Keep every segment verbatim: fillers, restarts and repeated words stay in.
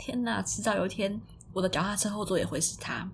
天哪，迟早有一天我的脚踏车后座也会是他。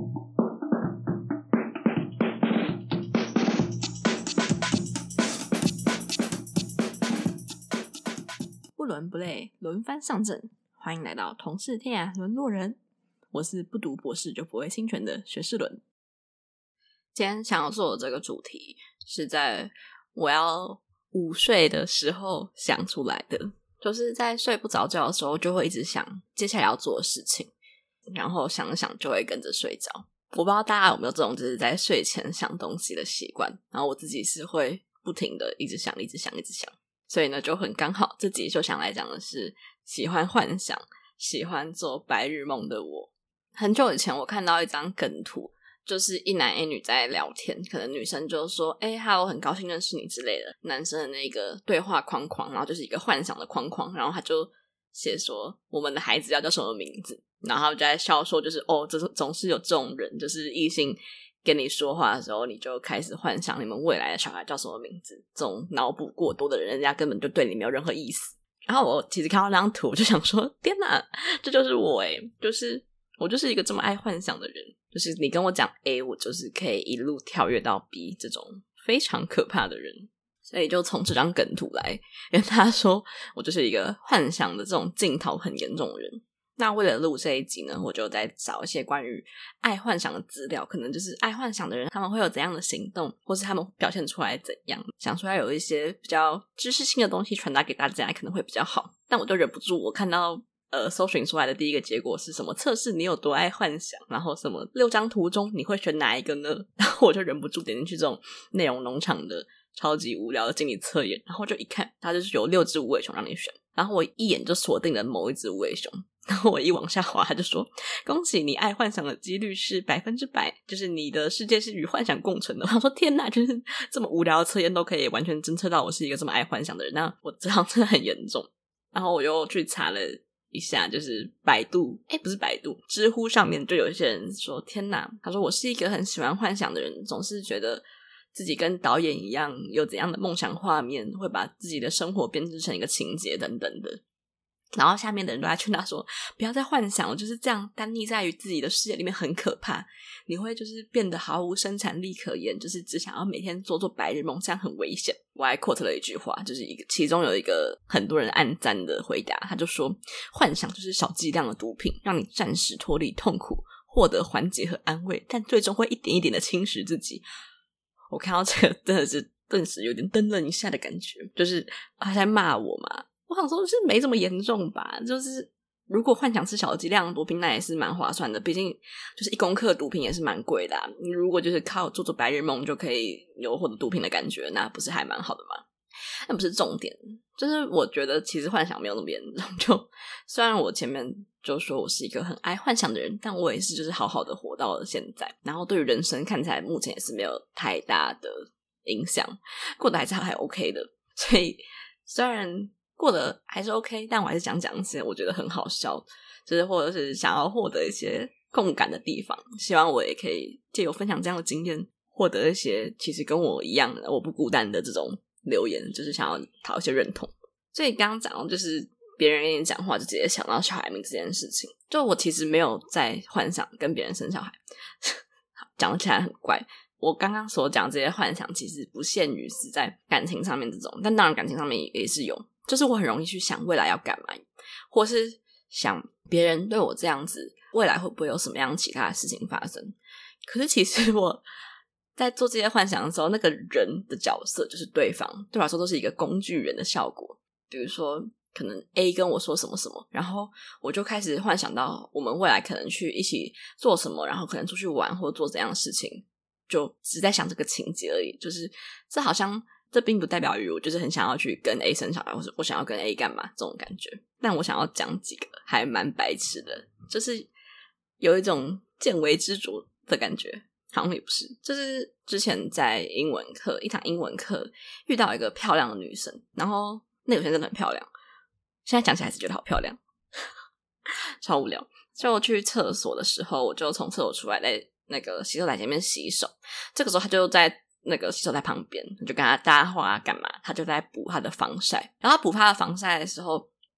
不伦不类，轮番上阵，欢迎来到同是天涯沦落人，我是不读博士就不会侵权的学士伦。今天想要做的这个主题是在我要午睡的时候想出来的，就是在睡不着觉的时候就会一直想接下来要做的事情，然后想想就会跟着睡着。我不知道大家有没有这种就是在睡前想东西的习惯，然后我自己是会不停的一直想一直想一直想，所以呢就很刚好这集就想来讲的是喜欢幻想喜欢做白日梦的我。很久以前我看到一张梗图，就是一男一女在聊天，可能女生就说诶 hello 很高兴认识你之类的，男生的那个对话框框然后就是一个幻想的框框，然后他就写说我们的孩子要叫什么名字，然后他就在笑说就是哦，这总是有这种人，就是异性跟你说话的时候你就开始幻想你们未来的小孩叫什么名字，这种脑补过多的人人家根本就对你没有任何意思。然后我其实看到那张图我就想说天哪，这就是我耶，就是我就是一个这么爱幻想的人，就是你跟我讲 A 我就是可以一路跳跃到 B 这种非常可怕的人。所以就从这张梗图来跟大家说我就是一个幻想的这种镜头很严重的人。那为了录这一集呢，我就在找一些关于爱幻想的资料，可能就是爱幻想的人他们会有怎样的行动，或是他们表现出来怎样，想出来有一些比较知识性的东西传达给大家可能会比较好。但我就忍不住，我看到呃，搜寻出来的第一个结果是什么测试你有多爱幻想，然后什么六张图中你会选哪一个呢，然后我就忍不住点进去这种内容农场的超级无聊的心理测验，然后就一看它就是有六只无尾熊让你选，然后我一眼就锁定了某一只无尾熊，然后我一往下滑他就说恭喜你爱幻想的几率是百分之百，就是你的世界是与幻想共存的。我想说天哪，就是这么无聊的测验都可以完全侦测到我是一个这么爱幻想的人，那我这样真的很严重。然后我又去查了一下，就是百度诶不是百度知乎上面就有一些人说天哪，他说我是一个很喜欢幻想的人，总是觉得自己跟导演一样有怎样的梦想画面，会把自己的生活编织成一个情节等等的。然后下面的人都在劝他说不要再幻想了，就是这样单溺在于自己的世界里面很可怕，你会就是变得毫无生产力可言，就是只想要每天做做白日梦，这样很危险。我还 quote 了一句话，就是一个其中有一个很多人按赞的回答，他就说幻想就是小剂量的毒品，让你暂时脱离痛苦，获得缓解和安慰，但最终会一点一点的侵蚀自己。我看到这个真的是顿时有点噔愣一下的感觉，就是他在骂我嘛，我想说是没这么严重吧，就是如果幻想吃小剂量毒品那也是蛮划算的，毕竟就是一公克毒品也是蛮贵的啊，你如果就是靠做做白日梦就可以有获得毒品的感觉，那不是还蛮好的吗？那不是重点，就是我觉得其实幻想没有那么严重，就虽然我前面就说我是一个很爱幻想的人，但我也是就是好好的活到了现在，然后对于人生看起来目前也是没有太大的影响，过得还是还 OK 的。所以虽然过得还是 OK， 但我还是想讲一些我觉得很好笑，就是或者是想要获得一些共感的地方，希望我也可以借由分享这样的经验获得一些其实跟我一样的我不孤单的这种留言，就是想要讨一些认同。所以刚刚讲到就是别人跟你讲话就直接想到小孩名这件事情，就我其实没有在幻想跟别人生小孩讲起来很怪，我刚刚所讲这些幻想其实不限于是在感情上面这种，但当然感情上面也是有，就是我很容易去想未来要干嘛，或是想别人对我这样子未来会不会有什么样其他的事情发生。可是其实我在做这些幻想的时候，那个人的角色就是对方，对我来说都是一个工具人的效果。比如说可能 A 跟我说什么什么，然后我就开始幻想到我们未来可能去一起做什么，然后可能出去玩或做怎样的事情，就只在想这个情节而已。就是这好像这并不代表于我就是很想要去跟 A 生小孩，或者我想要跟 A 干嘛这种感觉。但我想要讲几个还蛮白痴的，就是有一种见微知著的感觉，好像也不是，就是之前在英文课一堂英文课遇到一个漂亮的女生，然后那个女生真的很漂亮，现在讲起来还是觉得好漂亮超无聊。就去厕所的时候，我就从厕所出来在那个洗手台前面洗手，这个时候他就在那个洗手台旁边，就跟他搭话干嘛，他就在补他的防晒，然后他补他的防晒的时候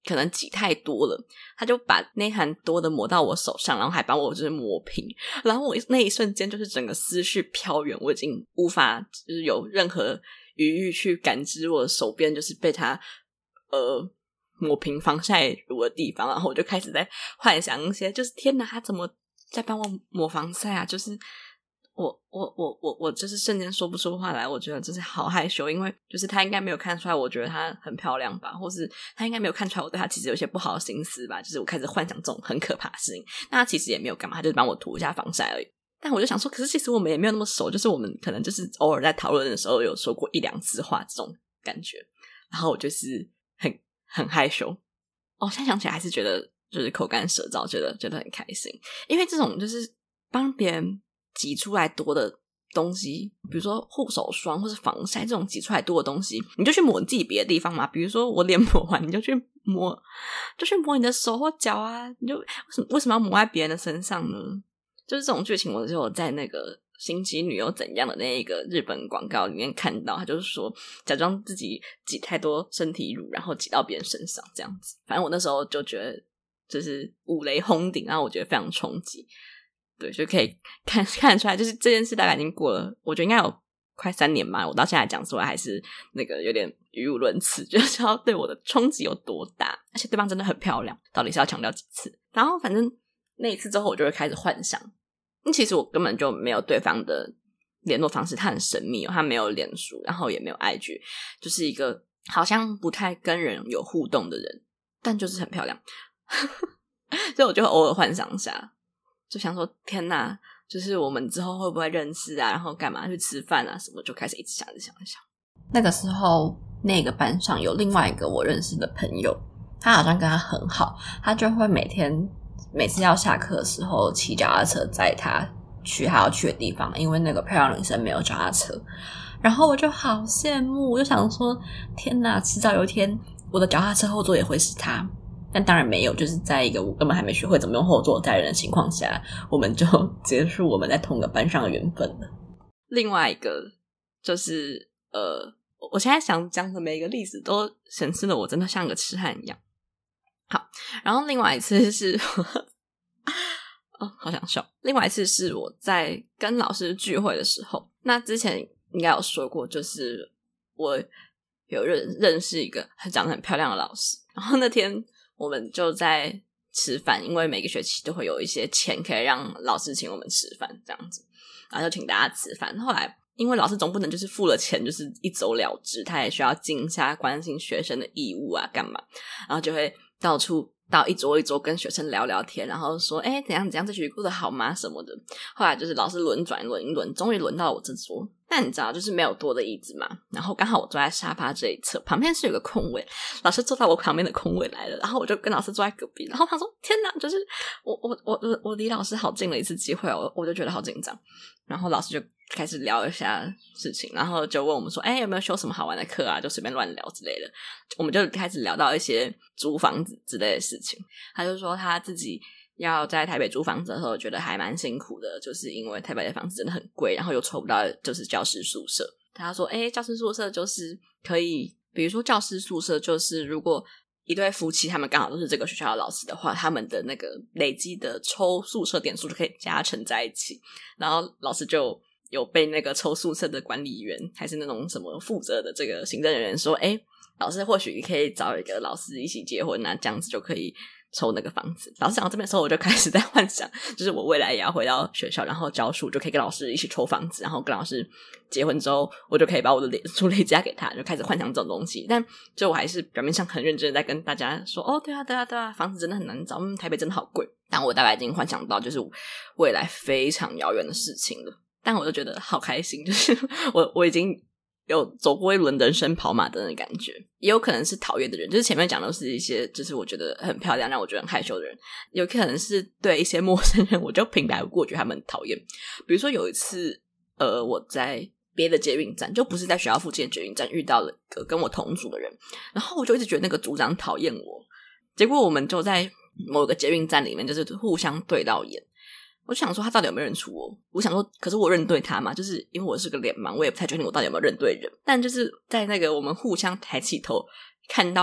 可能挤太多了，他就把那团多的抹到我手上，然后还把我就是抹平，然后我那一瞬间就是整个思绪飘远，我已经无法就是有任何余裕去感知我的手边就是被他呃抹平防晒乳的地方，然后我就开始在幻想一些就是天哪他怎么在帮我抹防晒啊，就是我我我我我就是瞬间说不出话来，我觉得就是好害羞，因为就是他应该没有看出来我觉得他很漂亮吧，或是他应该没有看出来我对他其实有一些不好的心思吧，就是我开始幻想这种很可怕的事情。那他其实也没有干嘛，他就是帮我涂一下防晒而已。但我就想说可是其实我们也没有那么熟，就是我们可能就是偶尔在讨论的时候有说过一两次话这种感觉，然后我就是很很害羞。哦，现在想起来还是觉得就是口干舌燥，觉得觉得很开心，因为这种就是帮别人挤出来多的东西，比如说护手霜或是防晒这种挤出来多的东西，你就去抹你自己别的地方嘛，比如说我脸抹完你就去抹就去抹你的手或脚啊，你就为什么为什么要抹在别人的身上呢？就是这种剧情我就有在那个心机女友怎样的那一个日本广告里面看到，他就是说假装自己挤太多身体乳然后挤到别人身上这样子。反正我那时候就觉得就是五雷轰顶，然后我觉得非常冲击。对，就可以看看得出来，就是这件事大概已经过了，我觉得应该有快三年吧，我到现在讲出来还是那个有点语无伦次，就是要对我的冲击有多大，而且对方真的很漂亮，到底是要强调几次？然后反正那一次之后我就会开始幻想，其实我根本就没有对方的联络方式，他很神秘哦，他没有脸书，然后也没有 I G， 就是一个好像不太跟人有互动的人，但就是很漂亮所以我就偶尔幻想一下，就想说天哪，就是我们之后会不会认识啊，然后干嘛去吃饭啊什么，就开始一直想一想一想。那个时候那个班上有另外一个我认识的朋友，他好像跟他很好，他就会每天每次要下课的时候骑脚踏车载他去他要去的地方，因为那个漂亮女生没有脚踏车。然后我就好羡慕，我就想说天哪，迟早有一天我的脚踏车后座也会是他。但当然没有，就是在一个我根本还没学会怎么用后座载人的情况下，我们就结束我们在同个班上的缘分了。另外一个就是呃，我现在想讲的每一个例子都显示了我真的像个痴汉一样。好，然后另外一次是哦，好想笑。另外一次是我在跟老师聚会的时候，那之前应该有说过，就是我有认认识一个长得很漂亮的老师，然后那天我们就在吃饭，因为每个学期都会有一些钱可以让老师请我们吃饭这样子，然后就请大家吃饭。后来因为老师总不能就是付了钱就是一走了之，他也需要尽一下关心学生的义务啊干嘛，然后就会到处到一桌一桌跟学生聊聊天，然后说诶怎样怎样这学期过得好吗什么的。后来就是老师轮转轮一轮，终于轮到我这桌，但你知道就是没有多的椅子嘛，然后刚好我坐在沙发这一侧，旁边是有个空位，老师坐到我旁边的空位来了，然后我就跟老师坐在隔壁，然后他说天哪，就是我我我我我离老师好近了一次机会哦，我就觉得好紧张。然后老师就开始聊一下事情，然后就问我们说诶有没有修什么好玩的课啊，就随便乱聊之类的。我们就开始聊到一些租房子之类的事情，他就说他自己要在台北租房子的时候觉得还蛮辛苦的，就是因为台北的房子真的很贵，然后又抽不到就是教师宿舍。他说诶教师宿舍就是可以，比如说教师宿舍就是如果一对夫妻他们刚好都是这个学校的老师的话，他们的那个累积的抽宿舍点数就可以加成在一起，然后老师就有被那个抽宿舍的管理员还是那种什么负责的这个行政人员说诶老师或许可以找一个老师一起结婚啊，这样子就可以抽那个房子。老师讲到这边的时候我就开始在幻想，就是我未来也要回到学校然后教书，就可以跟老师一起抽房子，然后跟老师结婚之后我就可以把我的脸书累加给他，就开始幻想这种东西。但就我还是表面上很认真的在跟大家说哦对啊对啊对啊房子真的很难找，嗯台北真的好贵，但我大概已经幻想到就是未来非常遥远的事情了。但我就觉得好开心，就是我我已经有走过一轮人生跑马灯的感觉。也有可能是讨厌的人，就是前面讲的是一些就是我觉得很漂亮让我觉得很害羞的人，有可能是对一些陌生人我就平白无故觉得他们很讨厌。比如说有一次呃，我在别的捷运站，就不是在学校附近的捷运站遇到了一个跟我同组的人，然后我就一直觉得那个组长讨厌我，结果我们就在某个捷运站里面就是互相对到眼。我就想说他到底有没有认出我，我想说可是我认对他嘛，就是因为我是个脸盲，我也不太确定我到底有没有认对人。但就是在那个我们互相抬起头看到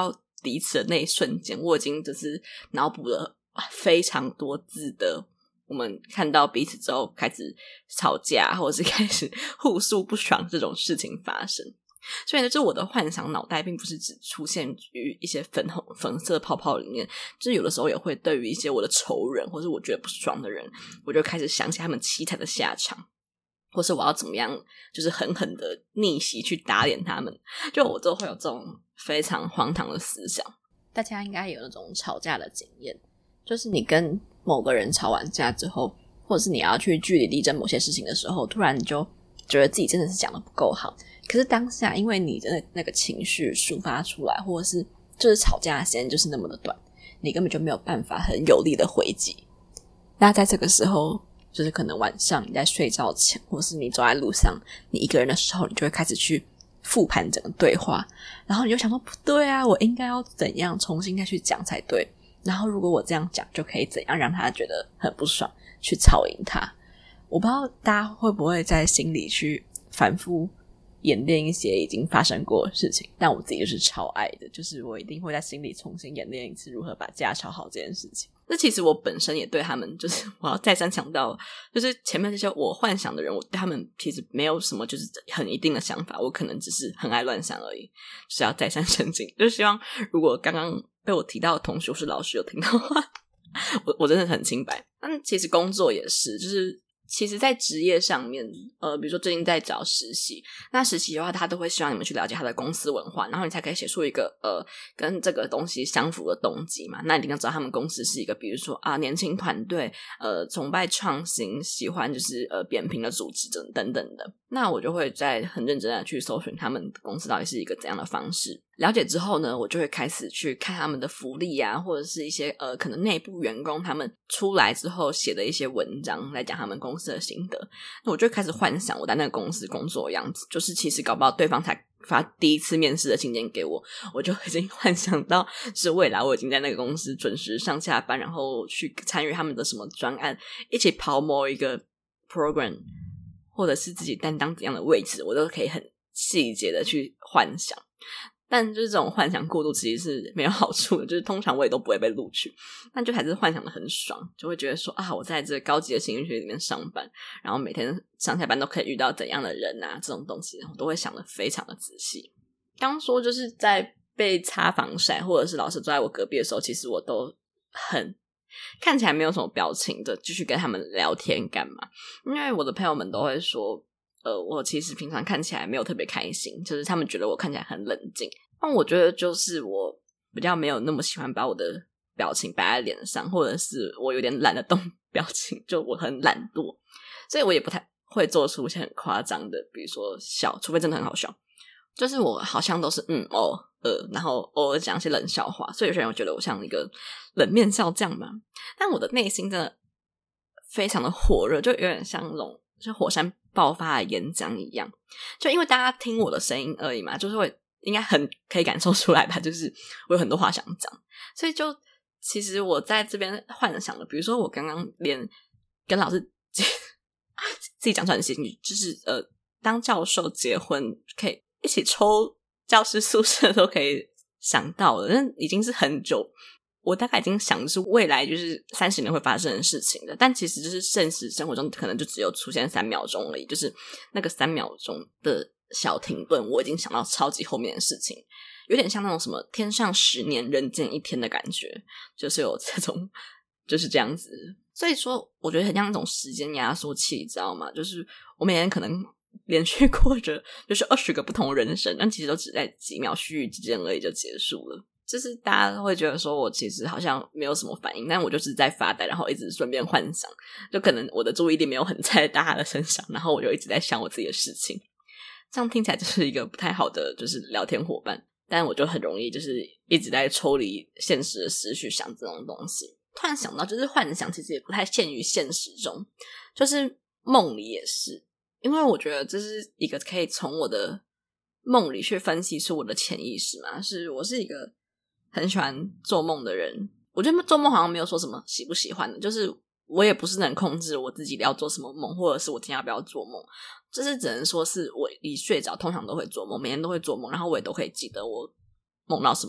彼此的那一瞬间，我已经就是脑补了非常多字的我们看到彼此之后开始吵架或者是开始互诉不爽这种事情发生。所以呢，就我的幻想脑袋并不是只出现于一些粉红粉色泡泡里面，就是有的时候也会对于一些我的仇人或是我觉得不爽的人，我就开始想起他们凄惨的下场，或是我要怎么样就是狠狠的逆袭去打脸他们，就我都会有这种非常荒唐的思想。大家应该有那种吵架的经验，就是你跟某个人吵完架之后，或者是你要去据理力争某些事情的时候，突然你就觉得自己真的是讲得不够好，可是当下因为你的那个情绪抒发出来，或者是就是吵架的时间就是那么的短，你根本就没有办法很有力的回击。那在这个时候，就是可能晚上你在睡觉前，或是你走在路上你一个人的时候，你就会开始去复盘整个对话，然后你就想说不对啊，我应该要怎样重新再去讲才对，然后如果我这样讲就可以怎样让他觉得很不爽，去吵赢他。我不知道大家会不会在心里去反复演练一些已经发生过的事情，但我自己就是超爱的，就是我一定会在心里重新演练一次如何把架吵好这件事情。那其实我本身也对他们，就是我要再三强调，就是前面这些我幻想的人，我对他们其实没有什么就是很一定的想法，我可能只是很爱乱想而已，就是要再三澄清，就是希望如果刚刚被我提到的同学或是老师有听到的话，我我真的很清白。但其实工作也是，就是其实在职业上面，呃，比如说最近在找实习，那实习的话他都会希望你们去了解他的公司文化，然后你才可以写出一个呃跟这个东西相符的动机嘛。那你一定要知道他们公司是一个比如说啊年轻团队，呃崇拜创新，喜欢就是呃扁平的组织等等的。那我就会在很认真的去搜寻他们公司到底是一个怎样的方式，了解之后呢，我就会开始去看他们的福利啊，或者是一些呃可能内部员工他们出来之后写的一些文章来讲他们公司的心得。那我就开始幻想我在那个公司工作的样子，就是其实搞不好对方才发第一次面试的信件给我，我就已经幻想到是未来我已经在那个公司准时上下班，然后去参与他们的什么专案，一起跑某一个 program， 或者是自己担当怎样的位置，我都可以很细节的去幻想。但就是这种幻想过度其实是没有好处的，就是通常我也都不会被录取，但就还是幻想的很爽，就会觉得说啊，我在这个高级的行政学里面上班，然后每天上下班都可以遇到怎样的人啊，这种东西我都会想得非常的仔细。刚说就是在被擦防晒或者是老师坐在我隔壁的时候，其实我都很看起来没有什么表情的继续跟他们聊天干嘛，因为我的朋友们都会说呃，我其实平常看起来没有特别开心，就是他们觉得我看起来很冷静，但我觉得就是我比较没有那么喜欢把我的表情摆在脸上，或者是我有点懒得动表情，就我很懒惰，所以我也不太会做出一些很夸张的，比如说笑，除非真的很好笑，就是我好像都是嗯哦呃，然后偶尔讲一些冷笑话，所以有些人会觉得我像一个冷面笑匠嘛，但我的内心真的非常的火热，就有点像那种就火山爆发的岩浆一样，就因为大家听我的声音而已嘛，就是会应该很可以感受出来吧，就是我有很多话想讲，所以就其实我在这边幻想的，比如说我刚刚连跟老师自己讲出来的事情，就是呃，当教授结婚可以一起抽教师宿舍都可以想到的，但已经是很久，我大概已经想的是未来就是三十年会发生的事情的，但其实就是现实生活中可能就只有出现三秒钟而已，就是那个三秒钟的小停顿，我已经想到超级后面的事情，有点像那种什么天上十年人间一天的感觉，就是有这种就是这样子。所以说我觉得很像那种时间压缩器，你知道吗？就是我每天可能连续过着就是二十个不同的人生，但其实都只在几秒须臾之间而已就结束了。就是大家会觉得说我其实好像没有什么反应，但我就是在发呆，然后一直顺便幻想，就可能我的注意力没有很在大家的身上，然后我就一直在想我自己的事情，这样听起来就是一个不太好的就是聊天伙伴，但我就很容易就是一直在抽离现实的思绪想这种东西。突然想到就是幻想其实也不太限于现实中，就是梦里也是，因为我觉得这是一个可以从我的梦里去分析出我的潜意识嘛，是我是一个很喜欢做梦的人，我觉得做梦好像没有说什么喜不喜欢的，就是我也不是能控制我自己要做什么梦，或者是我今天要不要做梦，就是只能说是我一睡着通常都会做梦，每天都会做梦，然后我也都可以记得我梦到什么。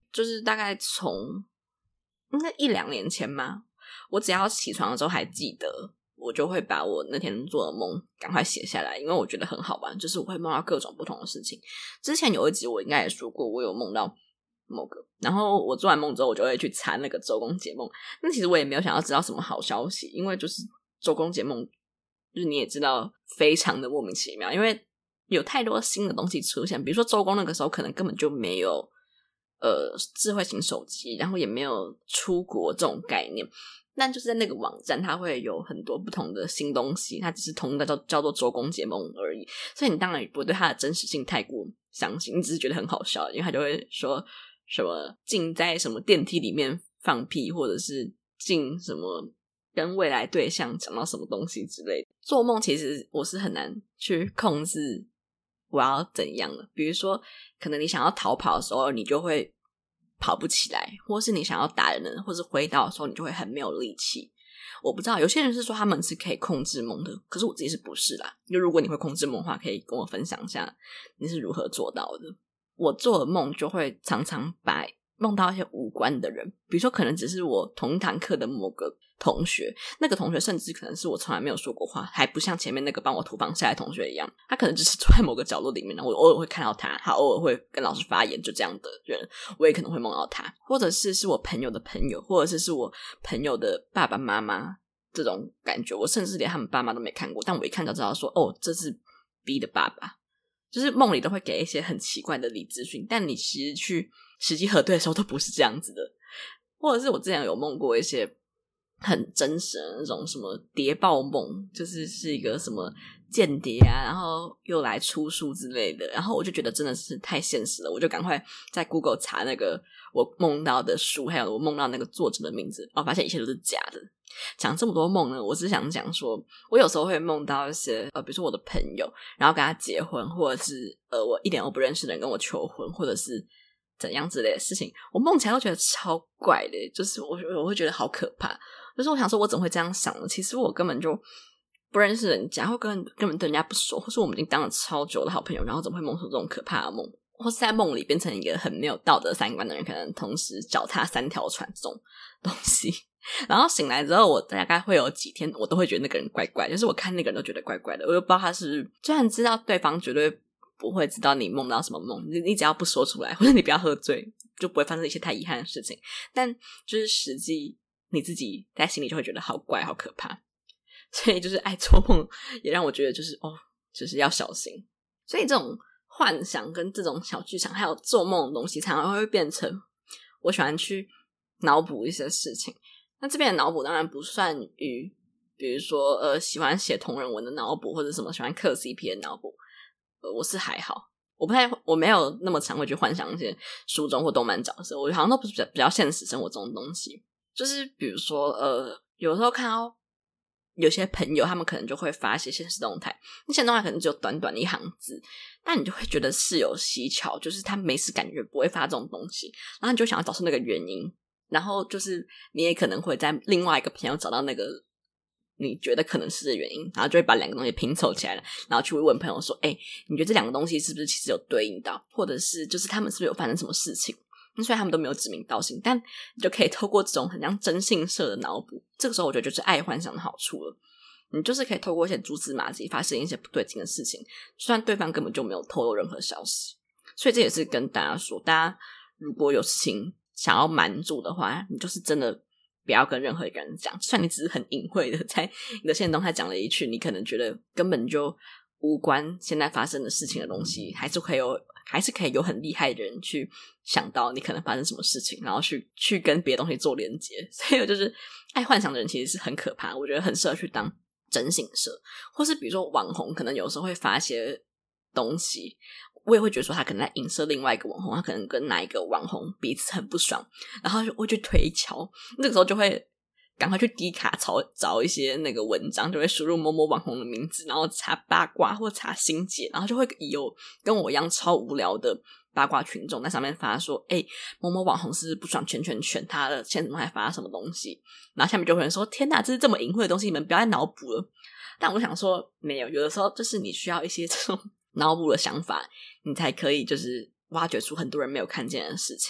就是大概从应该一两年前嘛，我只要起床的时候还记得，我就会把我那天做的梦赶快写下来，因为我觉得很好玩，就是我会梦到各种不同的事情。之前有一集我应该也说过，我有梦到某个，然后我做完梦之后我就会去查那个周公解梦。那其实我也没有想要知道什么好消息，因为就是周公解梦就是你也知道非常的莫名其妙，因为有太多新的东西出现。比如说周公那个时候可能根本就没有呃智慧型手机，然后也没有出国这种概念，但就是在那个网站它会有很多不同的新东西，它只是同一个叫叫做周公解梦而已，所以你当然也不会对它的真实性太过相信，你只是觉得很好笑，因为它就会说什么进在什么电梯里面放屁，或者是进什么跟未来对象讲到什么东西之类的。做梦其实我是很难去控制我要怎样的，比如说可能你想要逃跑的时候你就会跑不起来，或是你想要打人或是挥刀的时候你就会很没有力气。我不知道有些人是说他们是可以控制梦的，可是我自己是不是啦，就如果你会控制梦的话可以跟我分享一下你是如何做到的。我做的梦就会常常把梦到一些无关的人，比如说可能只是我同一堂课的某个同学，那个同学甚至可能是我从来没有说过话，还不像前面那个帮我涂防晒的同学一样，他可能只是坐在某个角落里面，然后我偶尔会看到他，他偶尔会跟老师发言，就这样的人我也可能会梦到他，或者是是我朋友的朋友，或者是是我朋友的爸爸妈妈，这种感觉我甚至连他们爸妈都没看过，但我一看就知道说哦，这是 B 的爸爸。就是梦里都会给一些很奇怪的理资讯，但你其实去实际核对的时候都不是这样子的。或者是我之前有梦过一些很真实的那种什么谍报梦，就是是一个什么间谍啊，然后又来出书之类的，然后我就觉得真的是太现实了，我就赶快在 Google 查那个我梦到的书，还有我梦到那个作者的名字，然后发现一切都是假的。讲这么多梦呢，我只想讲说我有时候会梦到一些呃，比如说我的朋友然后跟他结婚，或者是呃我一点都不认识的人跟我求婚，或者是怎样之类的事情，我梦起来都觉得超怪的，就是我我会觉得好可怕。就是我想说我怎么会这样想呢？其实我根本就不认识人家，或根本根本对人家不熟，或是我们已经当了超久的好朋友，然后怎么会梦出这种可怕的梦，或是在梦里变成一个很没有道德三观的人，可能同时脚踏三条船这种东西。然后醒来之后我大概会有几天我都会觉得那个人怪怪，就是我看那个人都觉得怪怪的，我又不知道他是虽然知道对方绝对不会知道你梦到什么梦，你只要不说出来，或者你不要喝醉，就不会发生一些太遗憾的事情，但就是实际你自己在心里就会觉得好怪好可怕。所以就是爱做梦也让我觉得就是哦，就是要小心。所以这种幻想跟这种小剧场还有做梦的东西常常会变成我喜欢去脑补一些事情。那这边的脑补当然不算于比如说呃喜欢写同人文的脑补，或者什么喜欢嗑 C P 的脑补，呃我是还好，我不太我没有那么常会去幻想一些书中或动漫角色，我好像都不是比较比较现实生活中的东西。就是比如说呃有时候看到有些朋友他们可能就会发一些现实动态，那现实动态可能只有短短的一行字，但你就会觉得事有蹊跷，就是他没事感觉不会发这种东西，然后你就想要找出那个原因，然后就是你也可能会在另外一个朋友找到那个你觉得可能是的原因，然后就会把两个东西拼凑起来了，然后去问朋友说诶、欸、你觉得这两个东西是不是其实有对应到，或者是就是他们是不是有发生什么事情，虽然他们都没有指名道姓，但你就可以透过这种很像征信社的脑补，这个时候我觉得就是爱幻想的好处了，你就是可以透过一些蛛丝马迹发现一些不对劲的事情，虽然对方根本就没有透露任何消息。所以这也是跟大家说，大家如果有事情想要瞒住的话，你就是真的不要跟任何一个人讲，就算你只是很隐晦的在你的现动态讲了一句你可能觉得根本就无关现在发生的事情的东西，还是可以有还是可以有很厉害的人去想到你可能发生什么事情，然后去去跟别的东西做连接。所以我就是爱幻想的人其实是很可怕，我觉得很适合去当征信社，或是比如说网红可能有时候会发一些东西，我也会觉得说他可能在影射另外一个网红，他可能跟哪一个网红彼此很不爽，然后就会去推敲，那个时候就会赶快去 D 卡找找一些那个文章，就会输入某某网红的名字，然后查八卦或查新解，然后就会有跟我一样超无聊的八卦群众在上面发说诶、欸、某某网红是不爽圈圈圈，他的现在还发什么东西，然后下面就会有人说天哪，这是这么隐晦的东西，你们不要再脑补了。但我想说没有，有的时候就是你需要一些这种脑补的想法，你才可以就是挖掘出很多人没有看见的事情。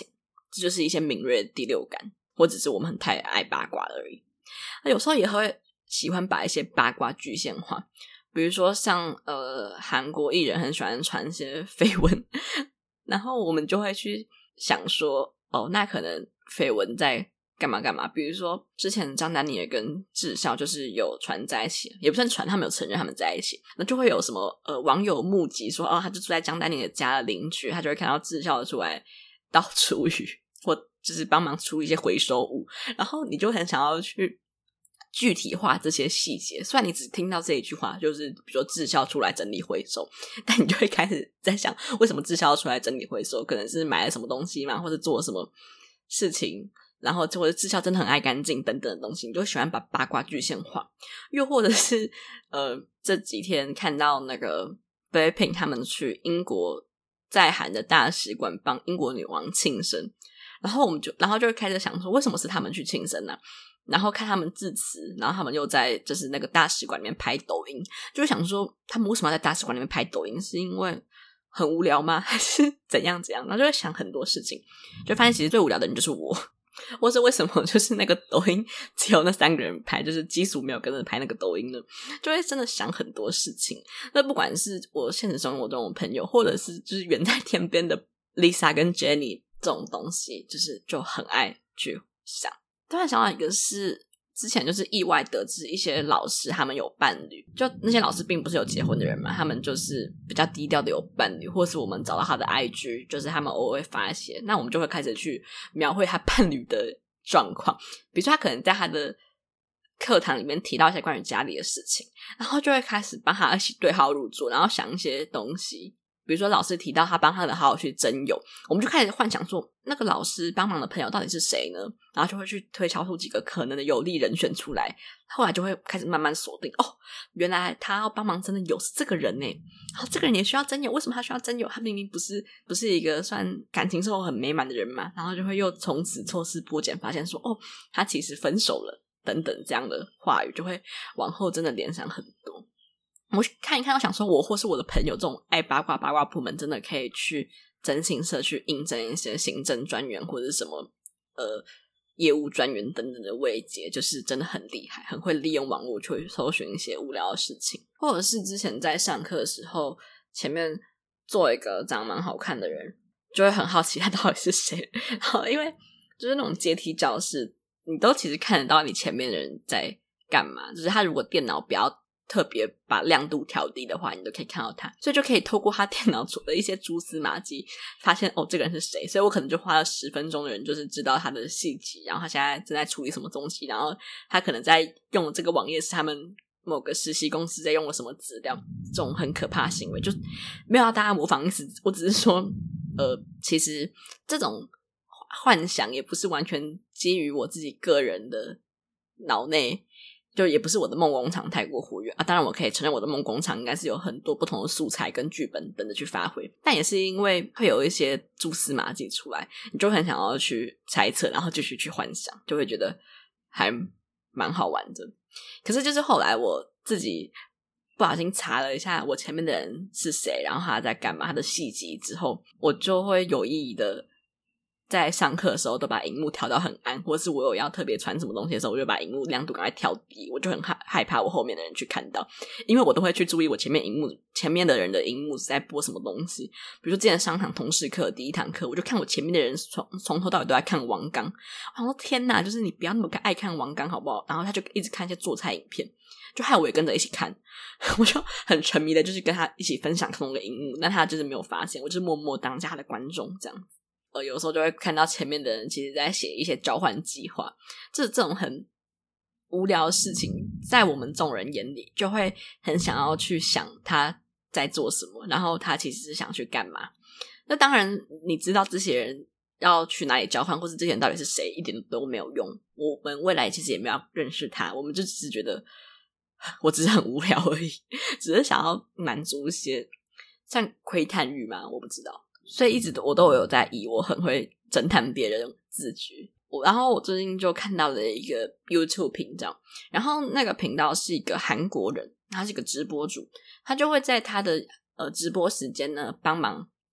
这就是一些敏锐的第六感，或者是我们很太爱八卦而已。有时候也会喜欢把一些八卦具象化，比如说像呃韩国艺人很喜欢传一些绯闻，然后我们就会去想说，哦，那可能绯闻在干嘛干嘛，比如说之前张丹妮也跟智孝就是有传在一起，也不算传，他们有承认他们在一起，那就会有什么呃网友目击说，哦，他就住在张丹妮的家的邻居，他就会看到智孝出来倒厨余，或就是帮忙出一些回收物，然后你就很想要去具体化这些细节。虽然你只听到这一句话，就是比如说智孝出来整理回收，但你就会开始在想，为什么智孝要出来整理回收？可能是买了什么东西嘛，或者做了什么事情，然后或者智孝真的很爱干净等等的东西，你就喜欢把八卦具象化。又或者是呃这几天看到那个 Blackpink 他们去英国在韩的大使馆帮英国女王庆生，然后我们就然后就会开始想说，为什么是他们去庆生呢、啊？然后看他们致辞，然后他们又在就是那个大使馆里面拍抖音，就想说他们为什么要在大使馆里面拍抖音？是因为很无聊吗？还是怎样怎样？然后就会想很多事情，就发现其实最无聊的人就是我，或是为什么就是那个抖音只有那三个人拍，就是基础没有跟着拍那个抖音呢？就会真的想很多事情。那不管是我现实生活中的朋友，或者是就是远在天边的 Lisa 跟 Jennie 这种东西，就是就很爱去想。突然想到一个是之前就是意外得知一些老师他们有伴侣，就那些老师并不是有结婚的人嘛，他们就是比较低调的有伴侣，或是我们找到他的 I G， 就是他们偶尔会发一些，那我们就会开始去描绘他伴侣的状况，比如说他可能在他的课堂里面提到一些关于家里的事情，然后就会开始帮他一起对号入座，然后想一些东西。比如说老师提到他帮他的好友去征友，我们就开始幻想说那个老师帮忙的朋友到底是谁呢？然后就会去推敲出几个可能的有利人选出来，后来就会开始慢慢锁定，哦，原来他要帮忙真的有是这个人耶，然后这个人也需要征友，为什么他需要征友？他明明不是不是一个算感情生活很美满的人嘛，然后就会又从此抽丝剥茧发现说，哦，他其实分手了等等，这样的话语就会往后真的联想很多。我看一看，我想说我或是我的朋友这种爱八卦八卦部门真的可以去征信社去应征一些行政专员或者是什么呃业务专员等等的位阶，就是真的很厉害，很会利用网络去搜寻一些无聊的事情。或者是之前在上课的时候前面做一个长蛮好看的人，就会很好奇他到底是谁，然后因为就是那种阶梯教室你都其实看得到你前面的人在干嘛，就是他如果电脑不要特别把亮度调低的话，你都可以看到他，所以就可以透过他电脑出的一些蛛丝马迹发现哦这个人是谁。所以我可能就花了十分钟的人就是知道他的细节，然后他现在正在处理什么东西，然后他可能在用的这个网页是他们某个实习公司在用了什么资料，这种很可怕的行为就没有要大家模仿意思，我只是说呃，其实这种幻想也不是完全基于我自己个人的脑内，就也不是我的梦工厂太过活跃啊。当然我可以承认我的梦工厂应该是有很多不同的素材跟剧本等着去发挥，但也是因为会有一些蛛丝马迹出来，你就很想要去猜测，然后继续去幻想，就会觉得还蛮好玩的。可是就是后来我自己不小心查了一下我前面的人是谁，然后他在干嘛，他的细节之后，我就会有意义的在上课的时候都把荧幕调到很暗，或是我有要特别传什么东西的时候，我就把荧幕亮度赶快调低，我就很害害怕我后面的人去看到，因为我都会去注意我前面荧幕前面的人的荧幕是在播什么东西。比如说之前上堂通识课第一堂课，我就看我前面的人从从头到尾都在看王刚，我说天哪，就是你不要那么爱看王刚好不好？然后他就一直看一些做菜影片，就害我也跟着一起看，我就很沉迷的就是跟他一起分享同一个荧幕，但他就是没有发现，我就是默默当下他的观众这样子。呃，有时候就会看到前面的人其实在写一些交换计划，这这种很无聊的事情在我们众人眼里就会很想要去想他在做什么，然后他其实是想去干嘛。那当然你知道这些人要去哪里交换，或是这些人到底是谁一点都没有用，我们未来其实也没有认识他，我们就只是觉得我只是很无聊而已，只是想要满足一些像窥探欲嘛，我不知道。所以一直我都有在以我很会侦探别人自居。我然后我最近就看到了一个 YouTube 频道，然后那个频道是一个韩国人，他是一个直播主，他就会在他的呃直播时间呢帮忙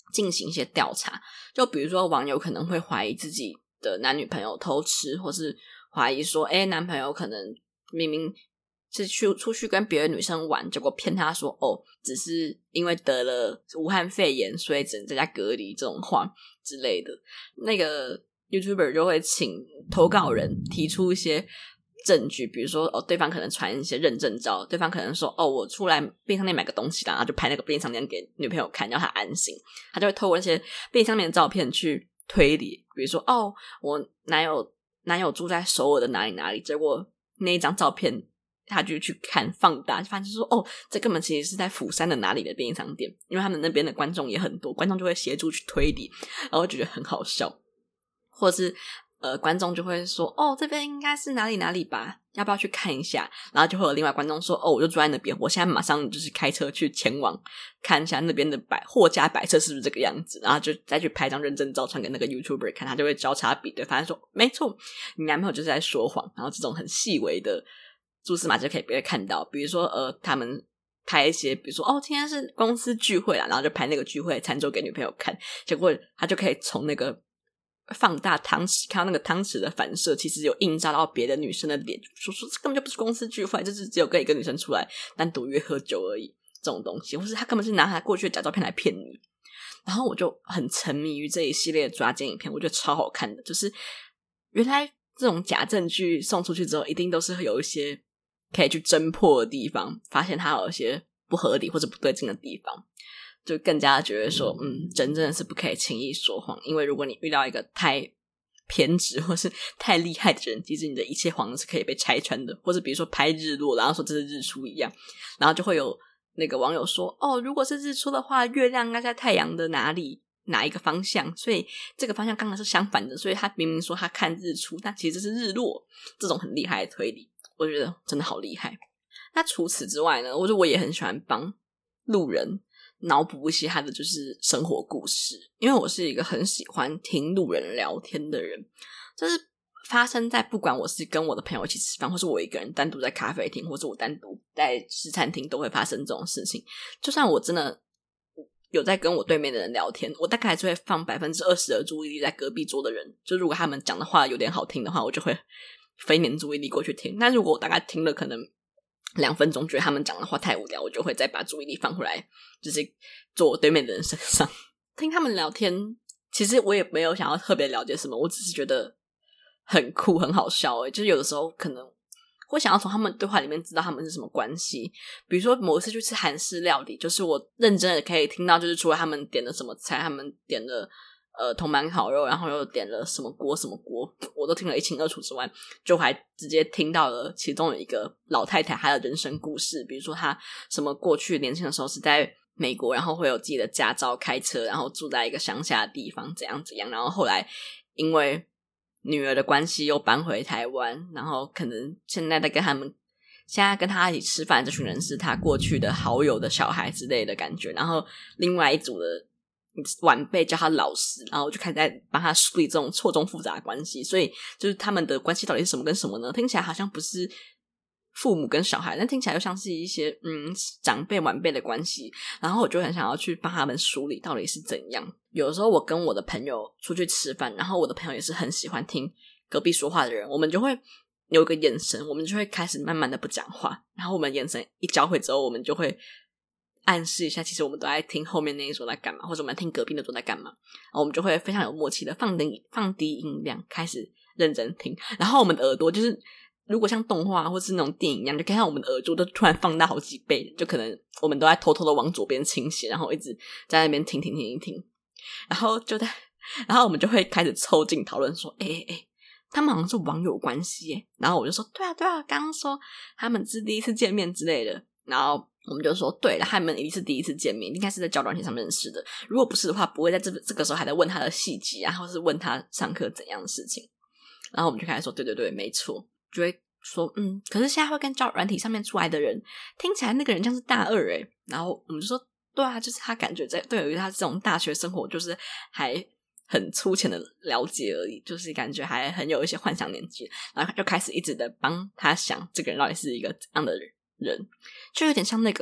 进行一些调查，就比如说网友可能会怀疑自己的男女朋友偷吃，或是怀疑说诶男朋友可能明明是去出去跟别的女生玩，结果骗他说哦只是因为得了武汉肺炎所以只能在家隔离这种话之类的，那个 YouTuber 就会请投稿人提出一些证据，比如说哦，对方可能传一些认证照，对方可能说哦，我出来便利商店买个东西啦，然后就拍那个便利商店给女朋友看，让她安心。他就会透过那些便利商店的照片去推理，比如说哦，我男友男友住在首尔的哪里哪里，结果那一张照片他就去看放大，发现说哦，这根本其实是在釜山的哪里的便利商店，因为他们那边的观众也很多，观众就会协助去推理，然后觉得很好笑，或者是呃，观众就会说哦，这边应该是哪里哪里吧，要不要去看一下？然后就会有另外观众说哦，我就住在那边，我现在马上就是开车去前往看一下那边的摆货架摆设是不是这个样子，然后就再去拍张认证照传给那个 YouTuber 看，他就会交叉比对，发现说没错，你男朋友就是在说谎。然后这种很细微的蛛丝马迹可以被看到，比如说呃，他们拍一些比如说哦，今天是公司聚会啦，然后就拍那个聚会餐桌给女朋友看，结果他就可以从那个放大汤匙看到那个汤匙的反射其实有映照到别的女生的脸，说说这根本就不是公司聚会，就是只有跟一个女生出来单独约喝酒而已，这种东西，或是他根本是拿他过去的假照片来骗你。然后我就很沉迷于这一系列的抓奸影片，我觉得超好看的，就是原来这种假证据送出去之后一定都是有一些可以去侦破的地方，发现它有一些不合理或者不对劲的地方，就更加觉得说嗯，人真的是不可以轻易说谎，因为如果你遇到一个太偏执或是太厉害的人，其实你的一切谎是可以被拆穿的，或者比如说拍日落然后说这是日出一样，然后就会有那个网友说哦，如果是日出的话，月亮应该在太阳的哪里哪一个方向，所以这个方向刚刚是相反的，所以他明明说他看日出，但其实是日落，这种很厉害的推理我觉得真的好厉害。那除此之外呢，我觉得我也很喜欢帮路人脑补一些他的就是生活故事，因为我是一个很喜欢听路人聊天的人，就是发生在不管我是跟我的朋友一起吃饭，或是我一个人单独在咖啡厅，或是我单独在吃餐厅，都会发生这种事情。就算我真的有在跟我对面的人聊天，我大概还是会放 百分之二十 的注意力在隔壁桌的人，就如果他们讲的话有点好听的话，我就会分点注意力过去听，但如果我大概听了可能两分钟觉得他们讲的话太无聊，我就会再把注意力放回来就是坐我对面的人身上听他们聊天。其实我也没有想要特别了解什么，我只是觉得很酷很好笑欸，就是有的时候可能会想要从他们对话里面知道他们是什么关系。比如说某一次去吃韩式料理，就是我认真的可以听到就是除了他们点了什么菜，他们点了呃铜板烤肉，然后又点了什么锅什么锅，我都听了一清二楚之外，就还直接听到了其中有一个老太太她的人生故事，比如说她什么过去年轻的时候是在美国，然后会有自己的驾照开车，然后住在一个乡下的地方怎样怎样，然后后来因为女儿的关系又搬回台湾，然后可能现在在跟他们现在跟他一起吃饭这群人是他过去的好友的小孩之类的感觉，然后另外一组的晚辈叫他老师，然后就开始在帮他梳理这种错综复杂的关系，所以就是他们的关系到底是什么跟什么呢？听起来好像不是父母跟小孩，但听起来又像是一些嗯长辈晚辈的关系，然后我就很想要去帮他们梳理到底是怎样。有的时候我跟我的朋友出去吃饭，然后我的朋友也是很喜欢听隔壁说话的人，我们就会有一个眼神，我们就会开始慢慢的不讲话，然后我们眼神一交汇之后，我们就会暗示一下其实我们都在听后面那一桌在干嘛，或者我们在听隔壁那桌在干嘛，然后我们就会非常有默契的放低放低音量开始认真听，然后我们的耳朵就是如果像动画或是那种电影一样，就看到我们的耳朵都突然放大好几倍，就可能我们都在偷偷的往左边倾斜，然后一直在那边听听听听听，然后就在然后我们就会开始凑近讨论说诶诶诶他们好像是网友关系耶，然后我就说对啊对啊，刚刚说他们是第一次见面之类的，然后我们就说对了，他们一定是第一次见面，应该是在交友软件上面认识的，如果不是的话不会在这这个时候还在问他的细节啊，或是问他上课怎样的事情，然后我们就开始说对对对没错，就会说嗯，可是现在会跟交友软体上面出来的人听起来那个人像是大二耶，然后我们就说对啊，就是他感觉在对于他这种大学生活就是还很粗浅的了解而已，就是感觉还很有一些幻想年纪，然后就开始一直的帮他想这个人到底是一个怎样的人，就有点像那个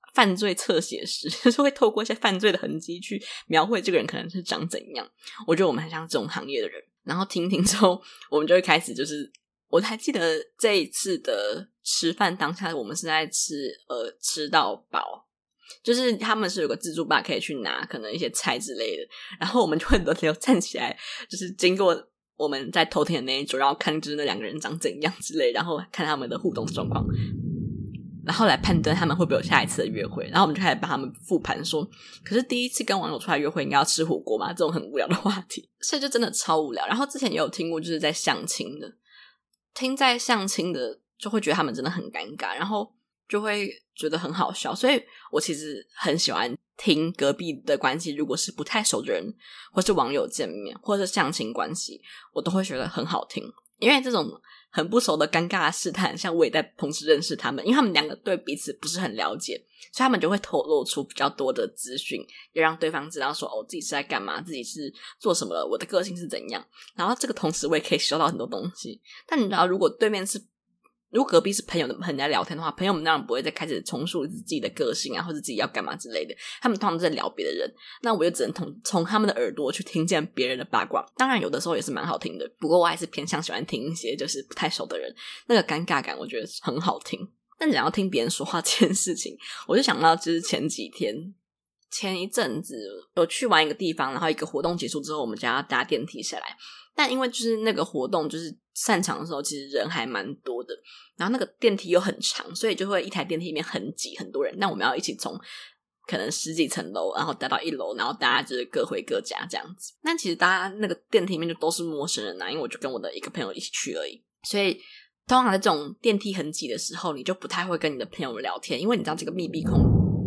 犯罪侧写师，就是会透过一些犯罪的痕迹去描绘这个人可能是长怎样。我觉得我们很像这种行业的人。然后听听之后，我们就会开始就是我还记得这一次的吃饭当下，我们是在吃呃吃到饱，就是他们是有个自助吧可以去拿可能一些菜之类的，然后我们就会轮流站起来，就是经过我们在偷听的那一桌，然后看就是那两个人长怎样之类，然后看他们的互动状况，然后来判断他们会不会有下一次的约会。然后我们就开始帮他们复盘说，可是第一次跟网友出来约会应该要吃火锅吗？这种很无聊的话题，所以就真的超无聊。然后之前也有听过就是在相亲的，听在相亲的就会觉得他们真的很尴尬，然后就会觉得很好笑。所以我其实很喜欢听隔壁的关系，如果是不太熟的人或是网友见面或是相亲关系，我都会觉得很好听。因为这种很不熟的尴尬的试探，像我也在同时认识他们，因为他们两个对彼此不是很了解，所以他们就会透露出比较多的资讯，也让对方知道说哦自己是在干嘛，自己是做什么了，我的个性是怎样。然后这个同时我也可以学到很多东西。但你知道如果对面是如果隔壁是朋友的很在聊天的话，朋友们当然不会再开始重述自己的个性啊，或者自己要干嘛之类的，他们通常都在聊别的人，那我就只能从从他们的耳朵去听见别人的八卦。当然有的时候也是蛮好听的，不过我还是偏向喜欢听一些就是不太熟的人，那个尴尬感我觉得很好听。但只要听别人说话这件事情，我就想到就是前几天前一阵子有去玩一个地方，然后一个活动结束之后我们就要搭电梯下来，但因为就是那个活动就是散场的时候其实人还蛮多的，然后那个电梯又很长，所以就会一台电梯里面很挤很多人，但我们要一起从可能十几层楼然后搭到一楼，然后大家就是各回各家这样子。但其实大家那个电梯里面就都是陌生人啊，因为我就跟我的一个朋友一起去而已，所以通常在这种电梯很挤的时候你就不太会跟你的朋友聊天，因为你知道这个密闭空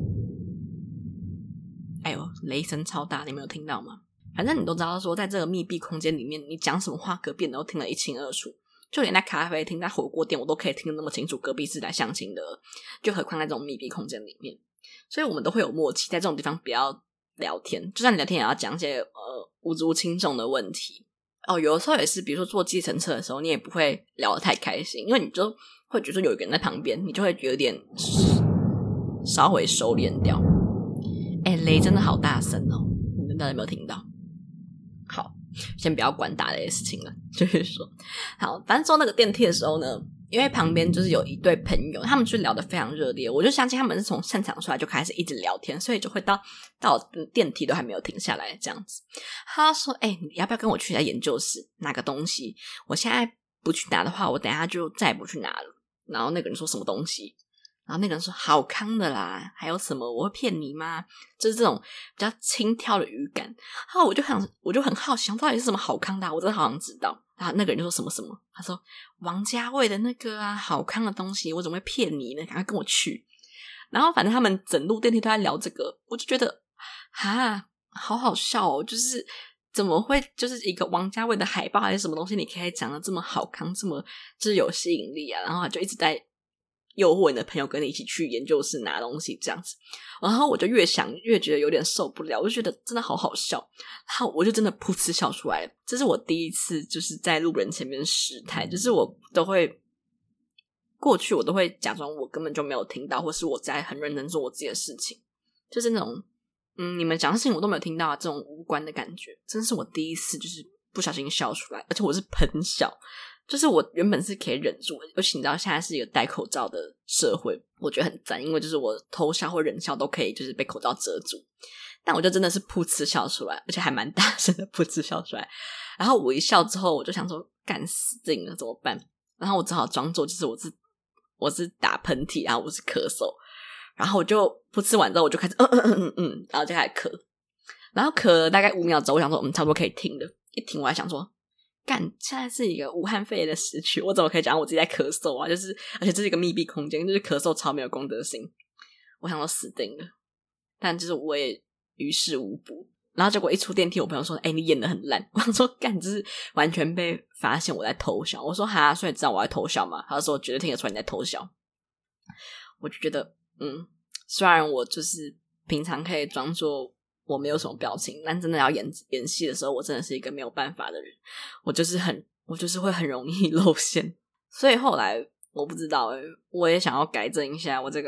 哎呦雷声超大，你没有听到吗？反正你都知道说在这个密闭空间里面你讲什么话隔壁人都听得一清二楚，就连在咖啡厅在火锅店我都可以听得那么清楚隔壁是来相亲的，就何况在这种密闭空间里面。所以我们都会有默契，在这种地方不要聊天，就算你聊天也要讲一些呃无足轻重的问题。哦，有的时候也是比如说坐计程车的时候你也不会聊得太开心，因为你就会觉得有一个人在旁边，你就会有点稍微收敛掉。诶雷真的好大声哦，你们大家有没有听到？好，先不要管打雷的事情了，就是说好，反正坐那个电梯的时候呢，因为旁边就是有一对朋友，他们就聊得非常热烈，我就相信他们是从散场出来就开始一直聊天，所以就会到到电梯都还没有停下来这样子。他说诶、欸、你要不要跟我去一下研究室拿个东西，我现在不去拿的话我等一下就再也不去拿了。然后那个人说什么东西，然后那个人说好康的啦，还有什么我会骗你吗，就是这种比较轻佻的语感。然后我就很我就很好奇到底是什么好康的、啊、我真的好想知道。然后那个人就说什么什么，他说王家卫的那个啊好康的东西我怎么会骗你呢，赶快跟我去。然后反正他们整路电梯都在聊这个，我就觉得哈好好笑哦，就是怎么会就是一个王家卫的海报还是什么东西你可以讲得这么好康，这么就是有吸引力啊，然后就一直在诱惑你的朋友跟你一起去研究室拿东西这样子。然后我就越想越觉得有点受不了，我就觉得真的好好笑，然后我就真的噗嗤笑出来了。这是我第一次就是在路人前面失态，就是我都会过去我都会假装我根本就没有听到，或是我在很认真做我自己的事情，就是那种嗯，你们讲的事情我都没有听到啊，这种无关的感觉。真是我第一次就是不小心笑出来，而且我是喷笑，就是我原本是可以忍住，而且你知道现在是一个戴口罩的社会，我觉得很赞，因为就是我偷笑或忍笑都可以就是被口罩遮住，但我就真的是噗嗤笑出来，而且还蛮大声的噗嗤笑出来。然后我一笑之后我就想说干死定了怎么办，然后我只好装作就是我是我是打喷嚏，然后我是咳嗽，然后我就噗嗤完之后我就开始嗯嗯嗯嗯嗯，然后就开始咳，然后咳了大概五秒之后我想说嗯差不多可以停了，一停我还想说干现在是一个武汉肺炎的时区，我怎么可以讲我自己在咳嗽啊，就是而且这是一个密闭空间，就是咳嗽超没有公德心，我想说死定了，但就是我也于事无补。然后结果一出电梯我朋友说诶、欸、你演得很烂，我想说干就是完全被发现我在偷笑，我说哈所以你知道我在偷笑吗，他就说绝对听得出来你在偷笑。我就觉得嗯虽然我就是平常可以装作我没有什么表情，但真的要演演戏的时候我真的是一个没有办法的人，我就是很我就是会很容易露馅。所以后来我不知道诶、欸、我也想要改正一下我这个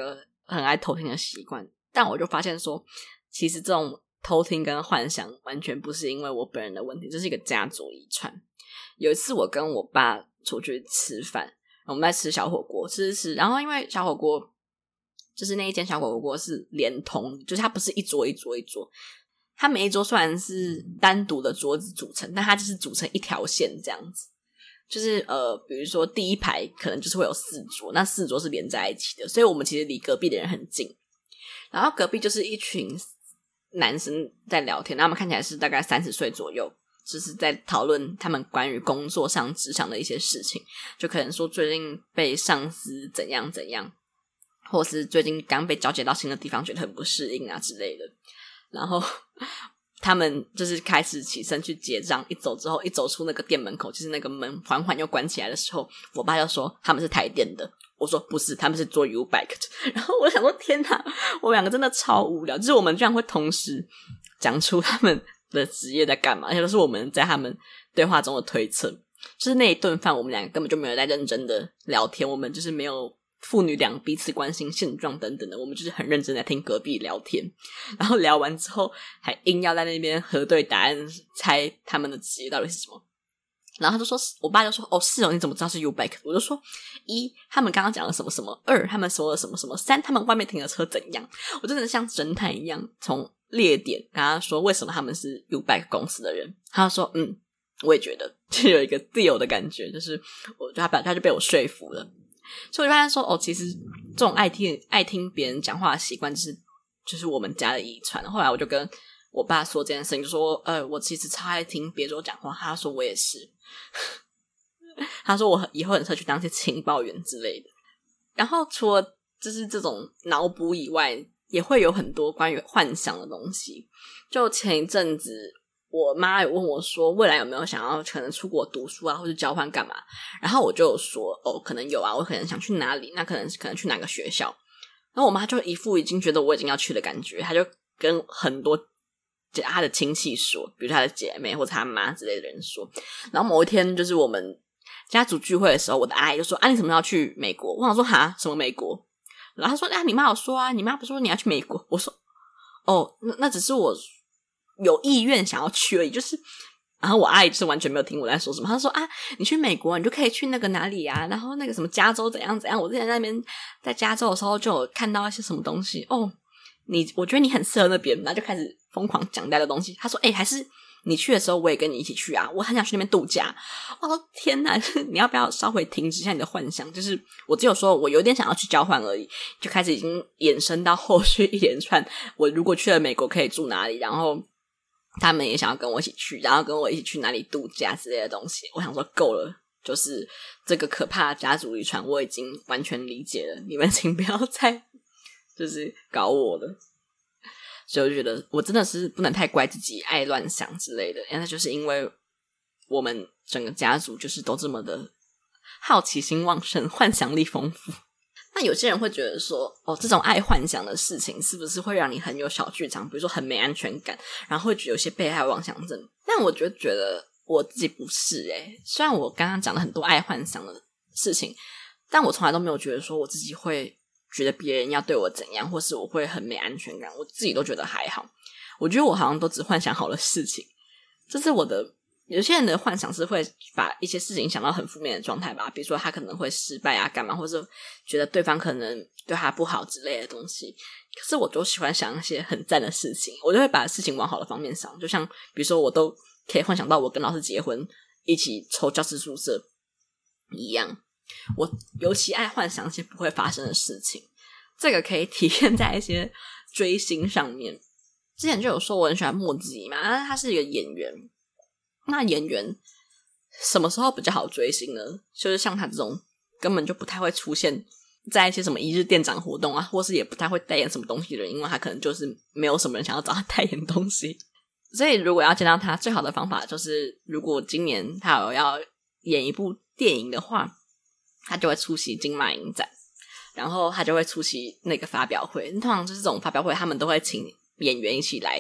很爱偷听的习惯，但我就发现说其实这种偷听跟幻想完全不是因为我本人的问题，这是一个家族遗传。有一次我跟我爸出去吃饭，我们在吃小火锅吃吃吃，然后因为小火锅就是那一间小火锅是连通，就是它不是一桌一桌一桌，它每一桌虽然是单独的桌子组成，但它就是组成一条线这样子，就是呃，比如说第一排可能就是会有四桌，那四桌是连在一起的，所以我们其实离隔壁的人很近，然后隔壁就是一群男生在聊天，他们看起来是大概三十岁左右，就是在讨论他们关于工作上职场的一些事情，就可能说最近被上司怎样怎样，或是最近刚被交接到新的地方觉得很不适应啊之类的，然后他们就是开始起身去结账，一走之后一走出那个店门口，就是那个门缓缓又关起来的时候，我爸就说他们是台电的，我说不是，他们是做 U-Bike 的。然后我想说天哪，我们两个真的超无聊，就是我们居然会同时讲出他们的职业在干嘛，而且都是我们在他们对话中的推测。就是那一顿饭我们两个根本就没有在认真的聊天，我们就是没有父女俩彼此关心现状等等的，我们就是很认真在听隔壁聊天，然后聊完之后还硬要在那边核对答案，猜他们的职业到底是什么。然后他就说，我爸就说哦是哦，你怎么知道是 U-Bike？ 我就说一他们刚刚讲了什么什么，二他们说了什么什么，三他们外面停的车怎样。我真的像侦探一样从列点跟他说为什么他们是 U-Bike 公司的人，他就说嗯我也觉得，就有一个自由的感觉，就是我就他他就被我说服了。所以我就发现说哦，其实这种爱听爱听别人讲话的习惯就是就是我们家的遗传。后来我就跟我爸说这件事情，就说呃，我其实超爱听别人讲话，他说我也是他说我以后很适合去当些情报员之类的。然后除了就是这种脑补以外，也会有很多关于幻想的东西。就前一阵子我妈有问我说未来有没有想要可能出国读书啊，或者交换干嘛，然后我就有说哦可能有啊，我可能想去哪里，那可能可能去哪个学校。然后我妈就一副已经觉得我已经要去的感觉，她就跟很多她的亲戚说，比如她的姐妹或者她妈之类的人说。然后某一天就是我们家族聚会的时候，我的阿姨就说啊你什么时候要去美国？我想说哈什么美国？然后她说啊你妈有说啊，你妈不是说你要去美国？我说哦那那只是我有意愿想要去而已，就是然后我阿姨就是完全没有听我在说什么，她说啊你去美国你就可以去那个哪里啊，然后那个什么加州怎样怎样，我之前在那边在加州的时候就有看到一些什么东西哦，你我觉得你很适合那边，然后就开始疯狂讲带的东西。她说诶、欸、还是你去的时候我也跟你一起去啊，我很想去那边度假。我说天哪，你要不要稍微停止一下你的幻想，就是我只有说我有点想要去交换而已，就开始已经衍生到后续一连串我如果去了美国可以住哪里，然后他们也想要跟我一起去，然后跟我一起去哪里度假之类的东西。我想说够了，就是这个可怕的家族遗传我已经完全理解了，你们请不要再就是搞我了。所以我觉得我真的是不能太怪自己爱乱想之类的，因为就是因为我们整个家族就是都这么的好奇心旺盛，幻想力丰富。那有些人会觉得说哦，这种爱幻想的事情是不是会让你很有小剧场，比如说很没安全感，然后会觉得有些被害妄想症。但我就觉得我自己不是耶，虽然我刚刚讲了很多爱幻想的事情，但我从来都没有觉得说我自己会觉得别人要对我怎样，或是我会很没安全感，我自己都觉得还好。我觉得我好像都只幻想好的事情，这是我的。有些人的幻想是会把一些事情想到很负面的状态吧，比如说他可能会失败啊干嘛，或者觉得对方可能对他不好之类的东西。可是我都喜欢想一些很赞的事情，我就会把事情往好的方面想，就像比如说我都可以幻想到我跟老师结婚，一起抽教师宿舍一样。我尤其爱幻想一些不会发生的事情，这个可以体现在一些追星上面。之前就有说我很喜欢莫子仪嘛，但是他是一个演员，那演员什么时候比较好追星呢？就是像他这种根本就不太会出现在一些什么一日店长活动啊，或是也不太会代言什么东西的人，因为他可能就是没有什么人想要找他代言东西。所以如果要见到他，最好的方法就是如果今年他有要演一部电影的话，他就会出席金马影展，然后他就会出席那个发表会。通常就是这种发表会他们都会请演员一起来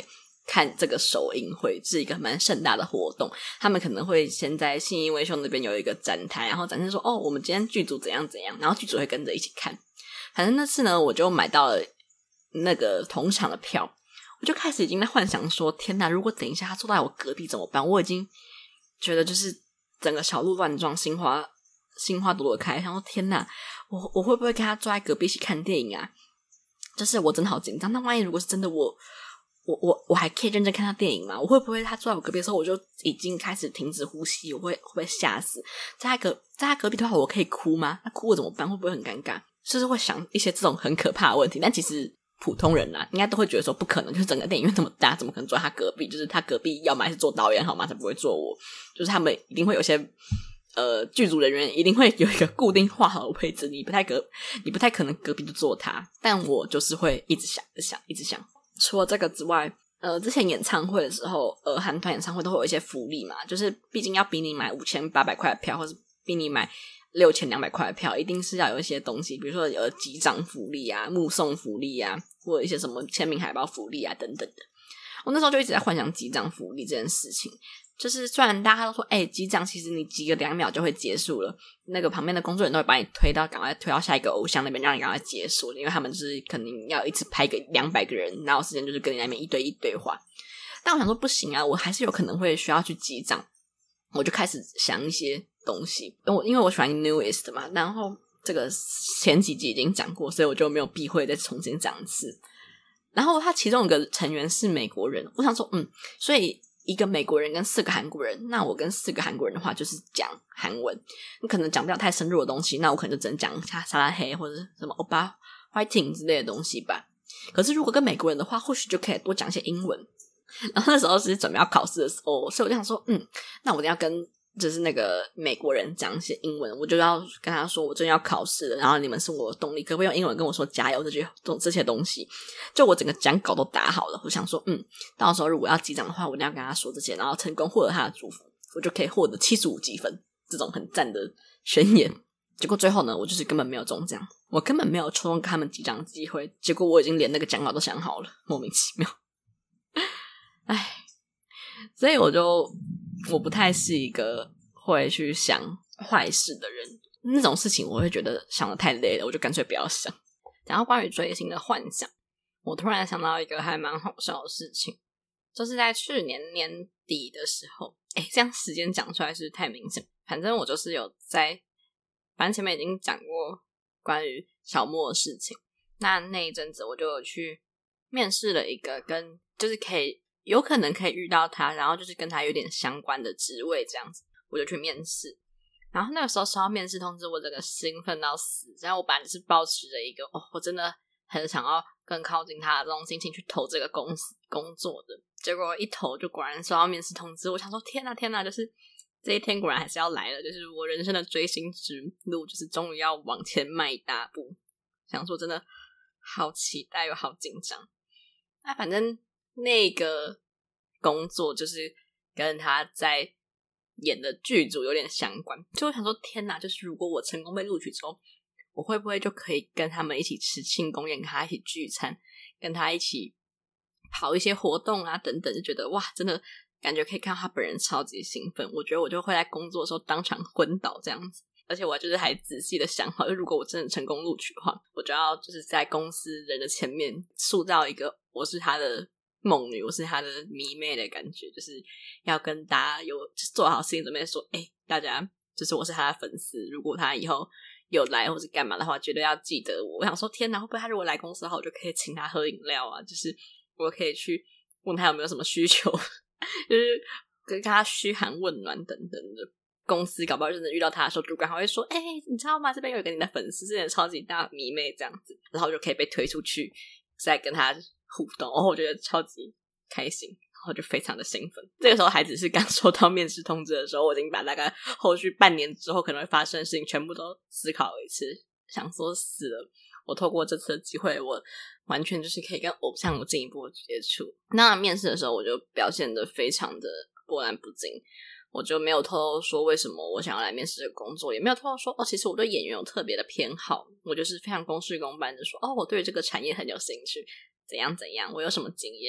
看这个首映会，是一个蛮盛大的活动。他们可能会先在信义威秀那边有一个展台，然后展示说哦，我们今天剧组怎样怎样，然后剧组会跟着一起看。反正那次呢，我就买到了那个同场的票，我就开始已经在幻想说，天哪，如果等一下他坐在我隔壁怎么办？我已经觉得就是整个小鹿乱撞，心花心花朵朵开，然后天哪，我我会不会跟他坐在隔壁一起看电影啊？就是我真的好紧张。那万一如果是真的我。我我我还可以认真看他电影吗？我会不会他坐在我隔壁的时候，我就已经开始停止呼吸？我会会不会吓死？在他隔在他隔壁的话，我可以哭吗？那哭了怎么办？会不会很尴尬？就是会想一些这种很可怕的问题。但其实普通人啊，应该都会觉得说不可能，就是整个电影院这么大，怎么可能坐在他隔壁？就是他隔壁要么还是做导演好吗？才不会坐我。就是他们一定会有些呃剧组人员一定会有一个固定画好的位置，你不太隔你不太可能隔壁就坐他。但我就是会一直想一直想一直想。除了这个之外，呃，之前演唱会的时候，呃，韩团演唱会都会有一些福利嘛，就是毕竟要比你买五千八百块的票，或是比你买六千两百块的票，一定是要有一些东西，比如说有击掌福利啊、目送福利啊，或者一些什么签名海报福利啊等等的。我那时候就一直在幻想击掌福利这件事情。就是虽然大家都说哎，击掌其实你击个两秒就会结束了，那个旁边的工作人员都会把你推到赶快推到下一个偶像那边，让你赶快结束，因为他们就是可能要一次拍个两百个人，哪有时间就是跟你那边一对一对话。但我想说不行啊，我还是有可能会需要去击掌，我就开始想一些东西。我因为我喜欢 Newest 嘛，然后这个前几集已经讲过，所以我就没有避讳再重新讲一次。然后他其中一个成员是美国人，我想说嗯，所以一个美国人跟四个韩国人，那我跟四个韩国人的话就是讲韩文，你可能讲不了太深入的东西，那我可能就只能讲沙拉黑或者什么欧巴 fighting 之类的东西吧。可是如果跟美国人的话，或许就可以多讲一些英文。然后那时候是准备要考试的时候，所以我就想说嗯，那我一定要跟就是那个美国人讲一些英文，我就要跟他说我真的要考试了，然后你们是我的动力，可不可以用英文跟我说加油这些这些东西。就我整个讲稿都打好了，我想说嗯，到时候如果要击掌的话，我一定要跟他说这些，然后成功获得他的祝福，我就可以获得七十五积分，这种很赞的宣言。结果最后呢，我就是根本没有中奖，我根本没有抽中跟他们击掌的机会，结果我已经连那个讲稿都想好了，莫名其妙。唉，所以我就我不太是一个会去想坏事的人，那种事情我会觉得想得太累了，我就干脆不要想。然后关于追星的幻想，我突然想到一个还蛮好笑的事情，就是在去年年底的时候，诶这样时间讲出来是不是太明显？反正我就是有在，反正前面已经讲过关于小莫的事情，那那一阵子我就有去面试了一个跟就是可以有可能可以遇到他，然后就是跟他有点相关的职位这样子，我就去面试。然后那个时候收到面试通知，我整个兴奋到死，然后我本来就是抱持着一个哦，我真的很想要更靠近他的这种心情去投这个公司工作的。结果一投就果然收到面试通知，我想说天哪天哪，就是这一天果然还是要来了，就是我人生的追星之路就是终于要往前迈一大步，想说真的好期待又好紧张。那反正那个工作就是跟他在演的剧组有点相关，就我想说天哪，就是如果我成功被录取之后，我会不会就可以跟他们一起吃庆功宴，跟他一起聚餐，跟他一起跑一些活动啊等等，就觉得哇真的感觉可以看到他本人超级兴奋。我觉得我就会在工作的时候当场昏倒这样子，而且我就是还仔细的想好，就如果我真的成功录取的话，我就要就是在公司人的前面塑造一个我是他的梦女，我是他的迷妹的感觉，就是要跟大家有做好心理准备说诶、欸、大家就是我是他的粉丝，如果他以后有来或是干嘛的话绝对要记得我。我想说天哪，会不会他如果来公司的话我就可以请他喝饮料啊，就是我可以去问他有没有什么需求就是跟他嘘寒问暖等等的。公司搞不好真的遇到他的时候，主管还会说诶、欸、你知道吗，这边有一个你的粉丝是超级大迷妹这样子，然后就可以被推出去再跟他互动，然后我觉得超级开心，然后就非常的兴奋。这个时候还只是刚收到面试通知的时候，我已经把大概后续半年之后可能会发生的事情全部都思考了一次，想说死了，我透过这次的机会，我完全就是可以跟偶像有进一步的接触。那面试的时候我就表现得非常的波澜不惊，我就没有透露说为什么我想要来面试这个工作，也没有透露说哦，其实我对演员有特别的偏好，我就是非常公事公办的说哦，我对这个产业很有兴趣，怎样怎样，我有什么经验，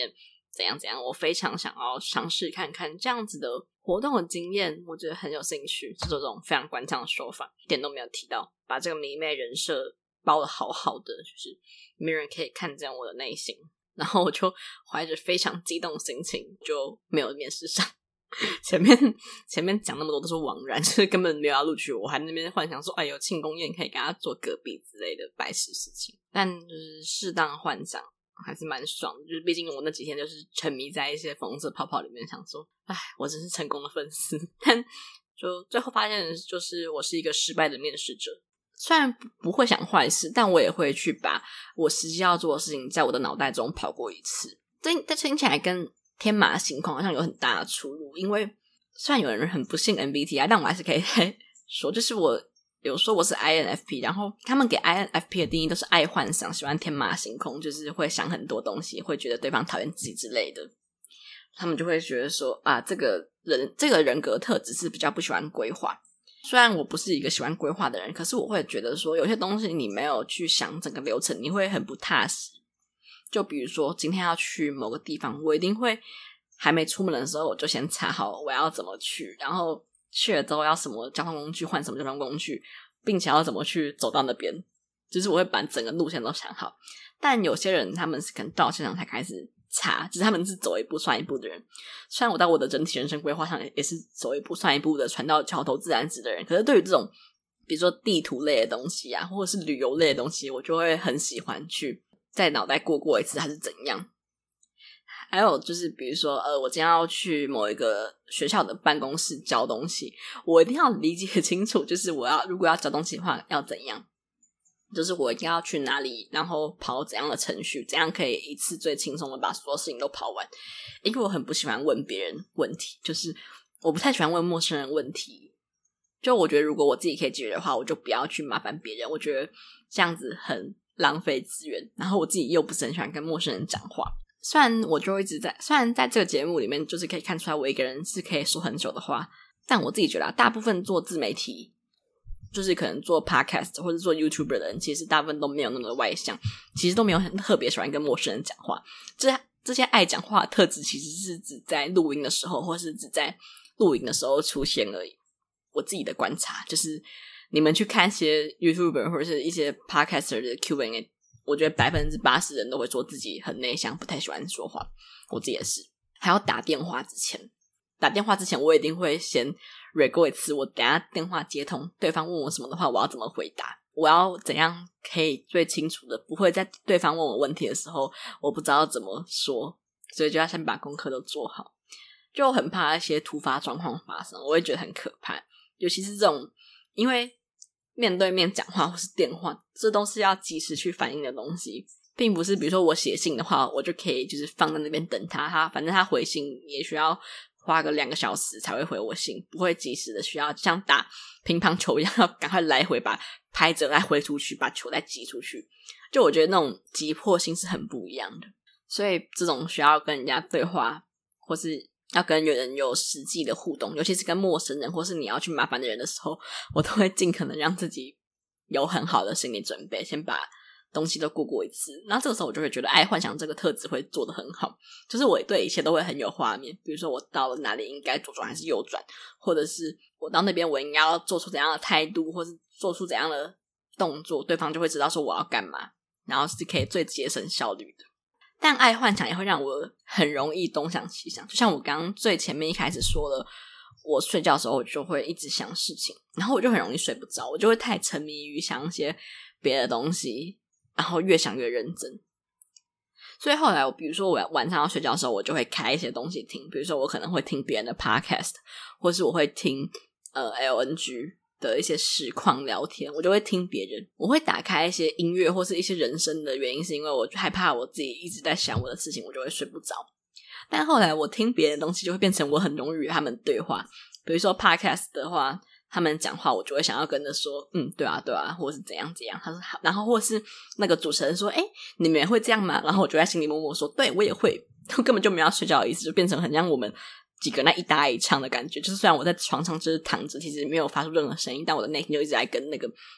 怎样怎样，我非常想要尝试看看这样子的活动的经验，我觉得很有兴趣，是这种非常官腔的说法，一点都没有提到把这个迷妹人设包得好好的，就是没人可以看见我的内心。然后我就怀着非常激动的心情就没有面试上，前面前面讲那么多都是枉然，就是根本没有要录取我，还在那边幻想说哎有庆功宴可以跟他坐隔壁之类的白痴事情。但就是适当幻想还是蛮爽的，就是毕竟我那几天就是沉迷在一些粉红色泡泡里面，想说哎我真是成功的粉丝，但就最后发现就是我是一个失败的面试者。虽然不会想坏事，但我也会去把我实际要做的事情在我的脑袋中跑过一次。这这听起来跟天马行空好像有很大的出入，因为虽然有人很不信 M B T I， 但我还是可以说，就是我比如说我是 I N F P， 然后他们给 I N F P 的定义都是爱幻想，喜欢天马行空，就是会想很多东西，会觉得对方讨厌自己之类的。他们就会觉得说啊，这个人这个人格特质是比较不喜欢规划。虽然我不是一个喜欢规划的人，可是我会觉得说有些东西你没有去想整个流程，你会很不踏实。就比如说今天要去某个地方，我一定会还没出门的时候我就先查好我要怎么去，然后去了之后要什么交通工具换什么交通工具，并且要怎么去走到那边，就是我会把整个路线都想好。但有些人他们是可能到现场才开始查，就是他们是走一步算一步的人。虽然我在我的整体人生规划上也是走一步算一步的船到桥头自然直的人，可是对于这种比如说地图类的东西啊，或者是旅游类的东西，我就会很喜欢去在脑袋过过一次还是怎样。还有就是比如说呃，我今天要去某一个学校的办公室交东西，我一定要理解清楚，就是我要如果要交东西的话要怎样，就是我一定要去哪里，然后跑怎样的程序，怎样可以一次最轻松的把所有事情都跑完。因为我很不喜欢问别人问题，就是我不太喜欢问陌生人问题，就我觉得如果我自己可以解决的话，我就不要去麻烦别人，我觉得这样子很浪费资源，然后我自己又不是很喜欢跟陌生人讲话。虽然我就一直在虽然在这个节目里面就是可以看出来我一个人是可以说很久的话，但我自己觉得、啊、大部分做自媒体就是可能做 podcast 或者做 YouTuber 的人，其实大部分都没有那么外向，其实都没有很特别喜欢跟陌生人讲话。这这些爱讲话的特质其实是指在录音的时候或是只在录影的时候出现而已。我自己的观察就是你们去看一些 YouTuber 或者是一些 podcaster 的 Q and A， 我觉得百分之八十人都会说自己很内向，不太喜欢说话，我自己也是。还要打电话之前打电话之前我一定会先 read 过一次，我等一下电话接通对方问我什么的话我要怎么回答，我要怎样可以最清楚的不会在对方问我问题的时候我不知道怎么说，所以就要先把功课都做好。就很怕一些突发状况发生，我会觉得很可怕，尤其是这种因为面对面讲话或是电话，这都是要及时去反应的东西，并不是比如说我写信的话我就可以就是放在那边等他，他反正他回信也需要花个两个小时才会回我信，不会及时的需要像打乒乓球一样要赶快来回把拍着来回出去，把球再击出去，就我觉得那种急迫性是很不一样的。所以这种需要跟人家对话或是要跟人有实际的互动，尤其是跟陌生人或是你要去麻烦的人的时候，我都会尽可能让自己有很好的心理准备，先把东西都过过一次。然后这个时候我就会觉得爱幻想这个特质会做得很好，就是我对一切都会很有画面，比如说我到了哪里应该左转还是右转，或者是我到那边我应该要做出怎样的态度或是做出怎样的动作，对方就会知道说我要干嘛，然后是可以最节省效率的。但爱幻想也会让我很容易东想西想，就像我刚刚最前面一开始说了，我睡觉的时候我就会一直想事情，然后我就很容易睡不着，我就会太沉迷于想一些别的东西，然后越想越认真。所以后来我比如说我晚上要睡觉的时候我就会开一些东西听，比如说我可能会听别人的 podcast， 或是我会听呃 L N G 的一些实况聊天，我就会听别人，我会打开一些音乐或是一些人声的原因是因为我害怕我自己一直在想我的事情我就会睡不着。但后来我听别人的东西就会变成我很容易与他们对话，比如说 podcast 的话他们讲话我就会想要跟着说嗯对啊对啊或是怎样怎样，他说好，然后或是那个主持人说诶你们也会这样吗，然后我就在心里默默说对我也会，根本就没有要睡觉的意思，就变成很像我们几个那一搭一唱的感觉，就是虽然我在床上就是躺着其实没有发出任何声音，但我的内心就一直在跟那个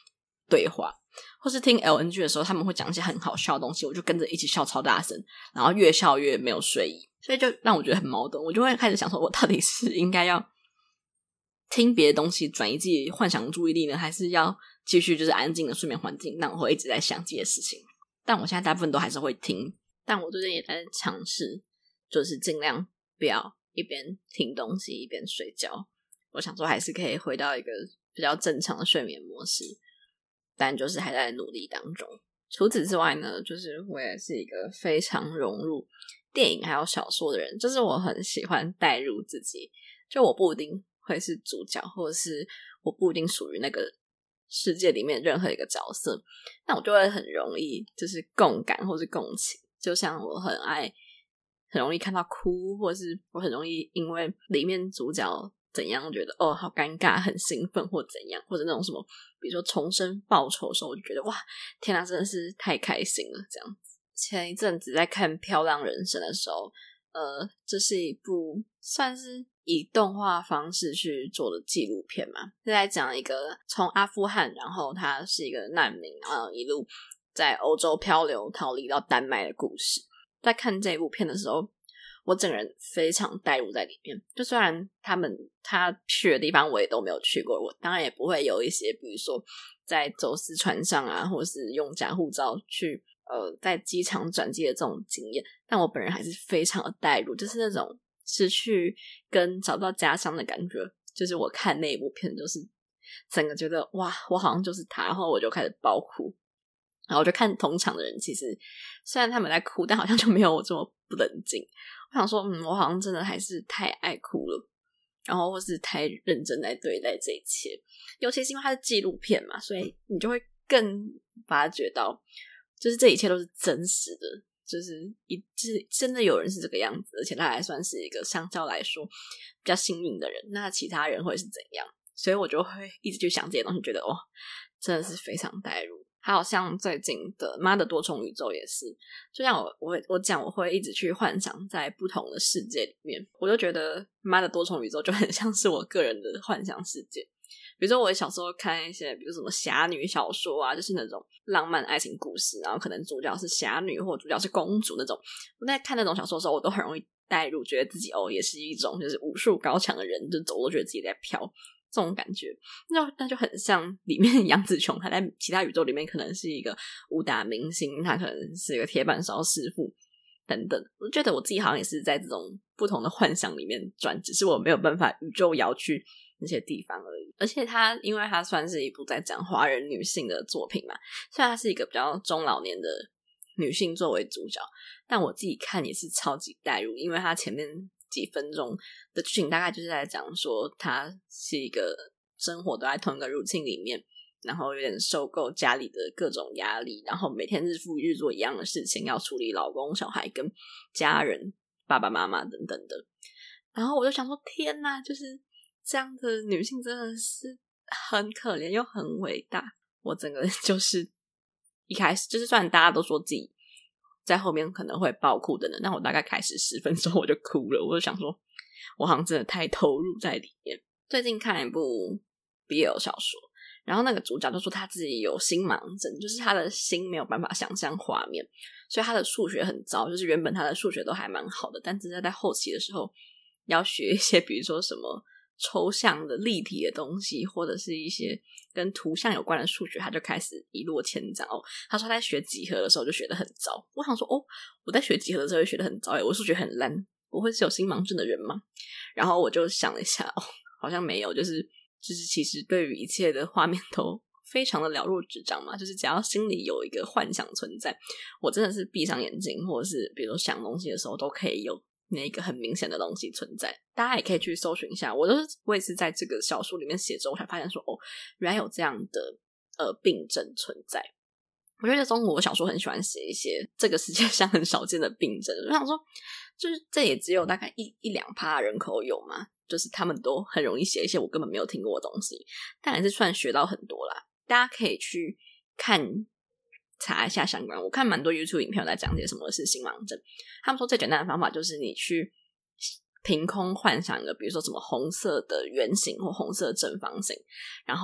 对话，或是听 L N G 的时候他们会讲一些很好笑的东西，我就跟着一起笑超大声，然后越笑越没有睡意，所以就让我觉得很矛盾。我就会开始想说我到底是应该要听别的东西转移自己幻想注意力呢，还是要继续就是安静的睡眠环境让我会一直在想这些事情。但我现在大部分都还是会听，但我最近也在尝试就是尽量不要一边听东西一边睡觉，我想说还是可以回到一个比较正常的睡眠模式，但就是还在努力当中。除此之外呢，就是我也是一个非常融入电影还有小说的人，就是我很喜欢带入自己，就我不一定会是主角，或者是我不一定属于那个世界里面任何一个角色，那我就会很容易就是共感或是共情。就像我很爱很容易看到哭，或是我很容易因为里面主角怎样觉得哦好尴尬很兴奋或怎样，或者那种什么比如说重生报仇的时候，我就觉得哇天哪真的是太开心了这样子。前一阵子在看《漂亮人生》的时候，呃，这是一部算是以动画方式去做的纪录片嘛，是在讲一个从阿富汗，然后他是一个难民，然后一路在欧洲漂流逃离到丹麦的故事。在看这部片的时候，我整个人非常带入在里面，就虽然他们他去的地方我也都没有去过，我当然也不会有一些比如说在走私船上啊，或是用假护照去呃在机场转机的这种经验，但我本人还是非常的带入，就是那种失去跟找不到家乡的感觉。就是我看那一部片就是整个觉得哇我好像就是他，然后我就开始爆哭，然后我就看同场的人其实虽然他们在哭，但好像就没有我这么不冷静。我想说嗯，我好像真的还是太爱哭了，然后或是太认真在对待这一切，尤其是因为它是纪录片嘛，所以你就会更发觉到就是这一切都是真实的，就是一就是真的有人是这个样子，而且他还算是一个相较来说比较幸运的人，那其他人会是怎样，所以我就会一直去想这些东西，觉得哇真的是非常带入。还有像最近的妈的多重宇宙也是，就像我我我讲我会一直去幻想在不同的世界里面，我就觉得妈的多重宇宙就很像是我个人的幻想世界。比如说我小时候看一些比如什么侠女小说啊，就是那种浪漫爱情故事，然后可能主角是侠女或主角是公主那种，我在看那种小说的时候我都很容易带入，觉得自己哦也是一种就是武术高强的人，就走都觉得自己在飘这种感觉。那那就很像里面杨紫琼，她在其他宇宙里面可能是一个武打明星，她可能是一个铁板烧师傅等等，我觉得我自己好像也是在这种不同的幻想里面转，只是我没有办法宇宙摇去那些地方而已。而且它因为它算是一部在讲华人女性的作品嘛，虽然它是一个比较中老年的女性作为主角，但我自己看也是超级带入，因为它前面几分钟的剧情大概就是在讲说她是一个生活都在同一个 routine 里面，然后有点受够家里的各种压力，然后每天日复一日做一样的事情，要处理老公小孩跟家人爸爸妈妈等等的。然后我就想说天哪，就是这样的女性真的是很可怜又很伟大。我整个就是一开始就是虽然大家都说自己在后面可能会爆哭的人，但我大概开始十分钟我就哭了，我就想说我好像真的太投入在里面。最近看一部 B L 小说，然后那个主角就说他自己有心盲症，就是他的心没有办法想象画面，所以他的数学很糟，就是原本他的数学都还蛮好的，但只是在后期的时候要学一些比如说什么抽象的立体的东西，或者是一些跟图像有关的数学，他就开始一落千丈。哦，他说他在学几何的时候就学得很糟，我想说哦，我在学几何的时候也学得很糟耶，我数学很烂，我会是有心盲症的人吗？然后我就想了一下，哦，好像没有，就是就是其实对于一切的画面都非常的了若指掌嘛，就是只要心里有一个幻想存在，我真的是闭上眼睛或者是比如说想东西的时候都可以有那个很明显的东西存在。大家也可以去搜寻一下，我都是我也是在这个小说里面写之后才发现说哦，原来有这样的呃病症存在。我觉得中国小说很喜欢写一些这个世界上很少见的病症，我想说就是这也只有大概一一两趴人口有嘛，就是他们都很容易写一些我根本没有听过的东西，但还是算学到很多啦。大家可以去看查一下相关，我看蛮多 YouTube 影片有在讲解什么是心盲症。他们说最简单的方法就是你去凭空幻想一个比如说什么红色的圆形或红色的正方形，然后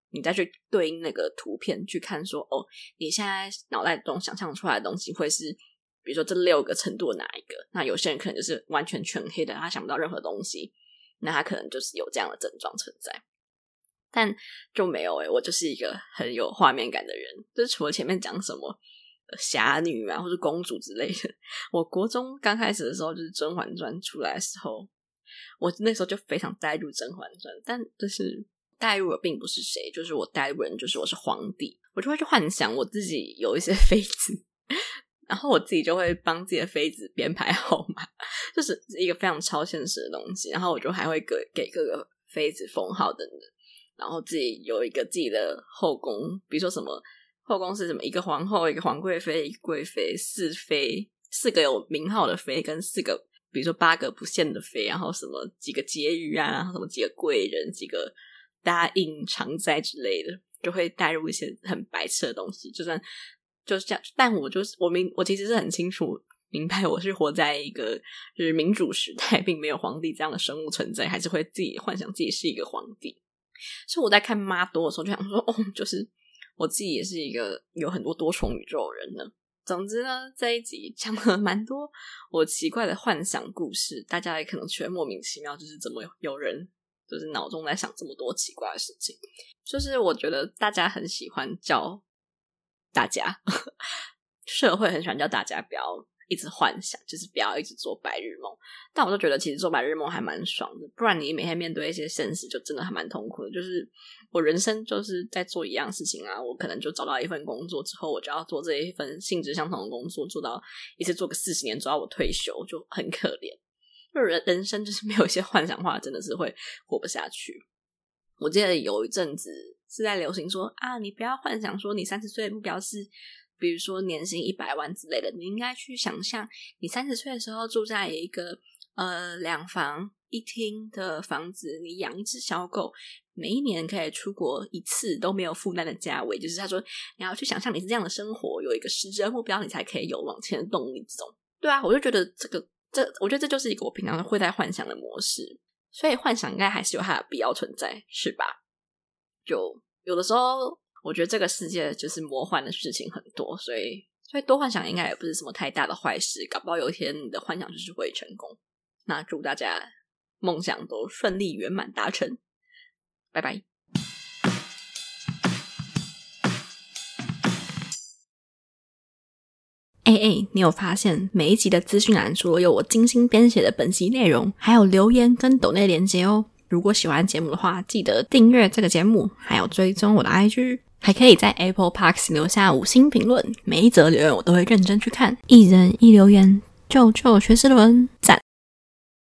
你再去对应那个图片去看说，哦，你现在脑袋中想象出来的东西会是比如说这六个程度的哪一个，那有些人可能就是完全全黑的，他想不到任何东西，那他可能就是有这样的症状存在。但就没有诶、欸、我就是一个很有画面感的人，就是除了前面讲什么侠女啊或是公主之类的，我国中刚开始的时候就是甄嬛传出来的时候，我那时候就非常带入甄嬛传，但就是带入的并不是谁，就是我带入人就是我是皇帝，我就会去幻想我自己有一些妃子，然后我自己就会帮自己的妃子编排号码，就是一个非常超现实的东西，然后我就还会给给各个妃子封号等等，然后自己有一个自己的后宫，比如说什么后宫是什么一个皇后一个皇贵妃一个贵妃四妃，四个有名号的妃跟四个比如说八个不限的妃，然后什么几个婕妤啊，然后什么几个贵人几个答应常在之类的，就会带入一些很白痴的东西，就算就是这样，但我就是我明我其实是很清楚明白我是活在一个就是民主时代，并没有皇帝这样的生物存在，还是会自己幻想自己是一个皇帝。所以我在看妈多的时候就想说，哦，就是我自己也是一个有很多多重宇宙的人呢。总之呢，这一集讲了蛮多我奇怪的幻想故事，大家也可能觉得莫名其妙，就是怎么有人就是脑中在想这么多奇怪的事情。就是我觉得大家很喜欢叫大家社会很喜欢叫大家不要一直幻想，就是不要一直做白日梦，但我就觉得其实做白日梦还蛮爽的，不然你每天面对一些现实就真的还蛮痛苦的。就是我人生就是在做一样事情啊，我可能就找到一份工作之后，我就要做这一份性质相同的工作，做到一次做个四十年，做到我退休，就很可怜。就人人生就是没有一些幻想化，真的是会活不下去。我记得有一阵子是在流行说啊，你不要幻想说你三十岁的目标是比如说年薪一百万之类的，你应该去想象你三十岁的时候住在一个呃两房一厅的房子，你养一只小狗，每一年可以出国一次都没有负担的价位，就是他说你要去想象你是这样的生活，有一个实质的目标，你才可以有往前的动力。这种对啊，我就觉得这个这我觉得这就是一个我平常会在幻想的模式，所以幻想应该还是有它的必要存在，是吧？就有的时候我觉得这个世界就是魔幻的事情很多，所以所以多幻想应该也不是什么太大的坏事，搞不好有一天你的幻想就是会成功。那祝大家梦想都顺利圆满达成，拜拜。哎哎，你有发现每一集的资讯栏除了有我精心编写的本集内容，还有留言跟抖内连结哦。如果喜欢节目的话，记得订阅这个节目，还有追踪我的 I G， 还可以在 Apple Podcast 留下五星评论，每一则留言我都会认真去看，一人一留言，救救学士伦。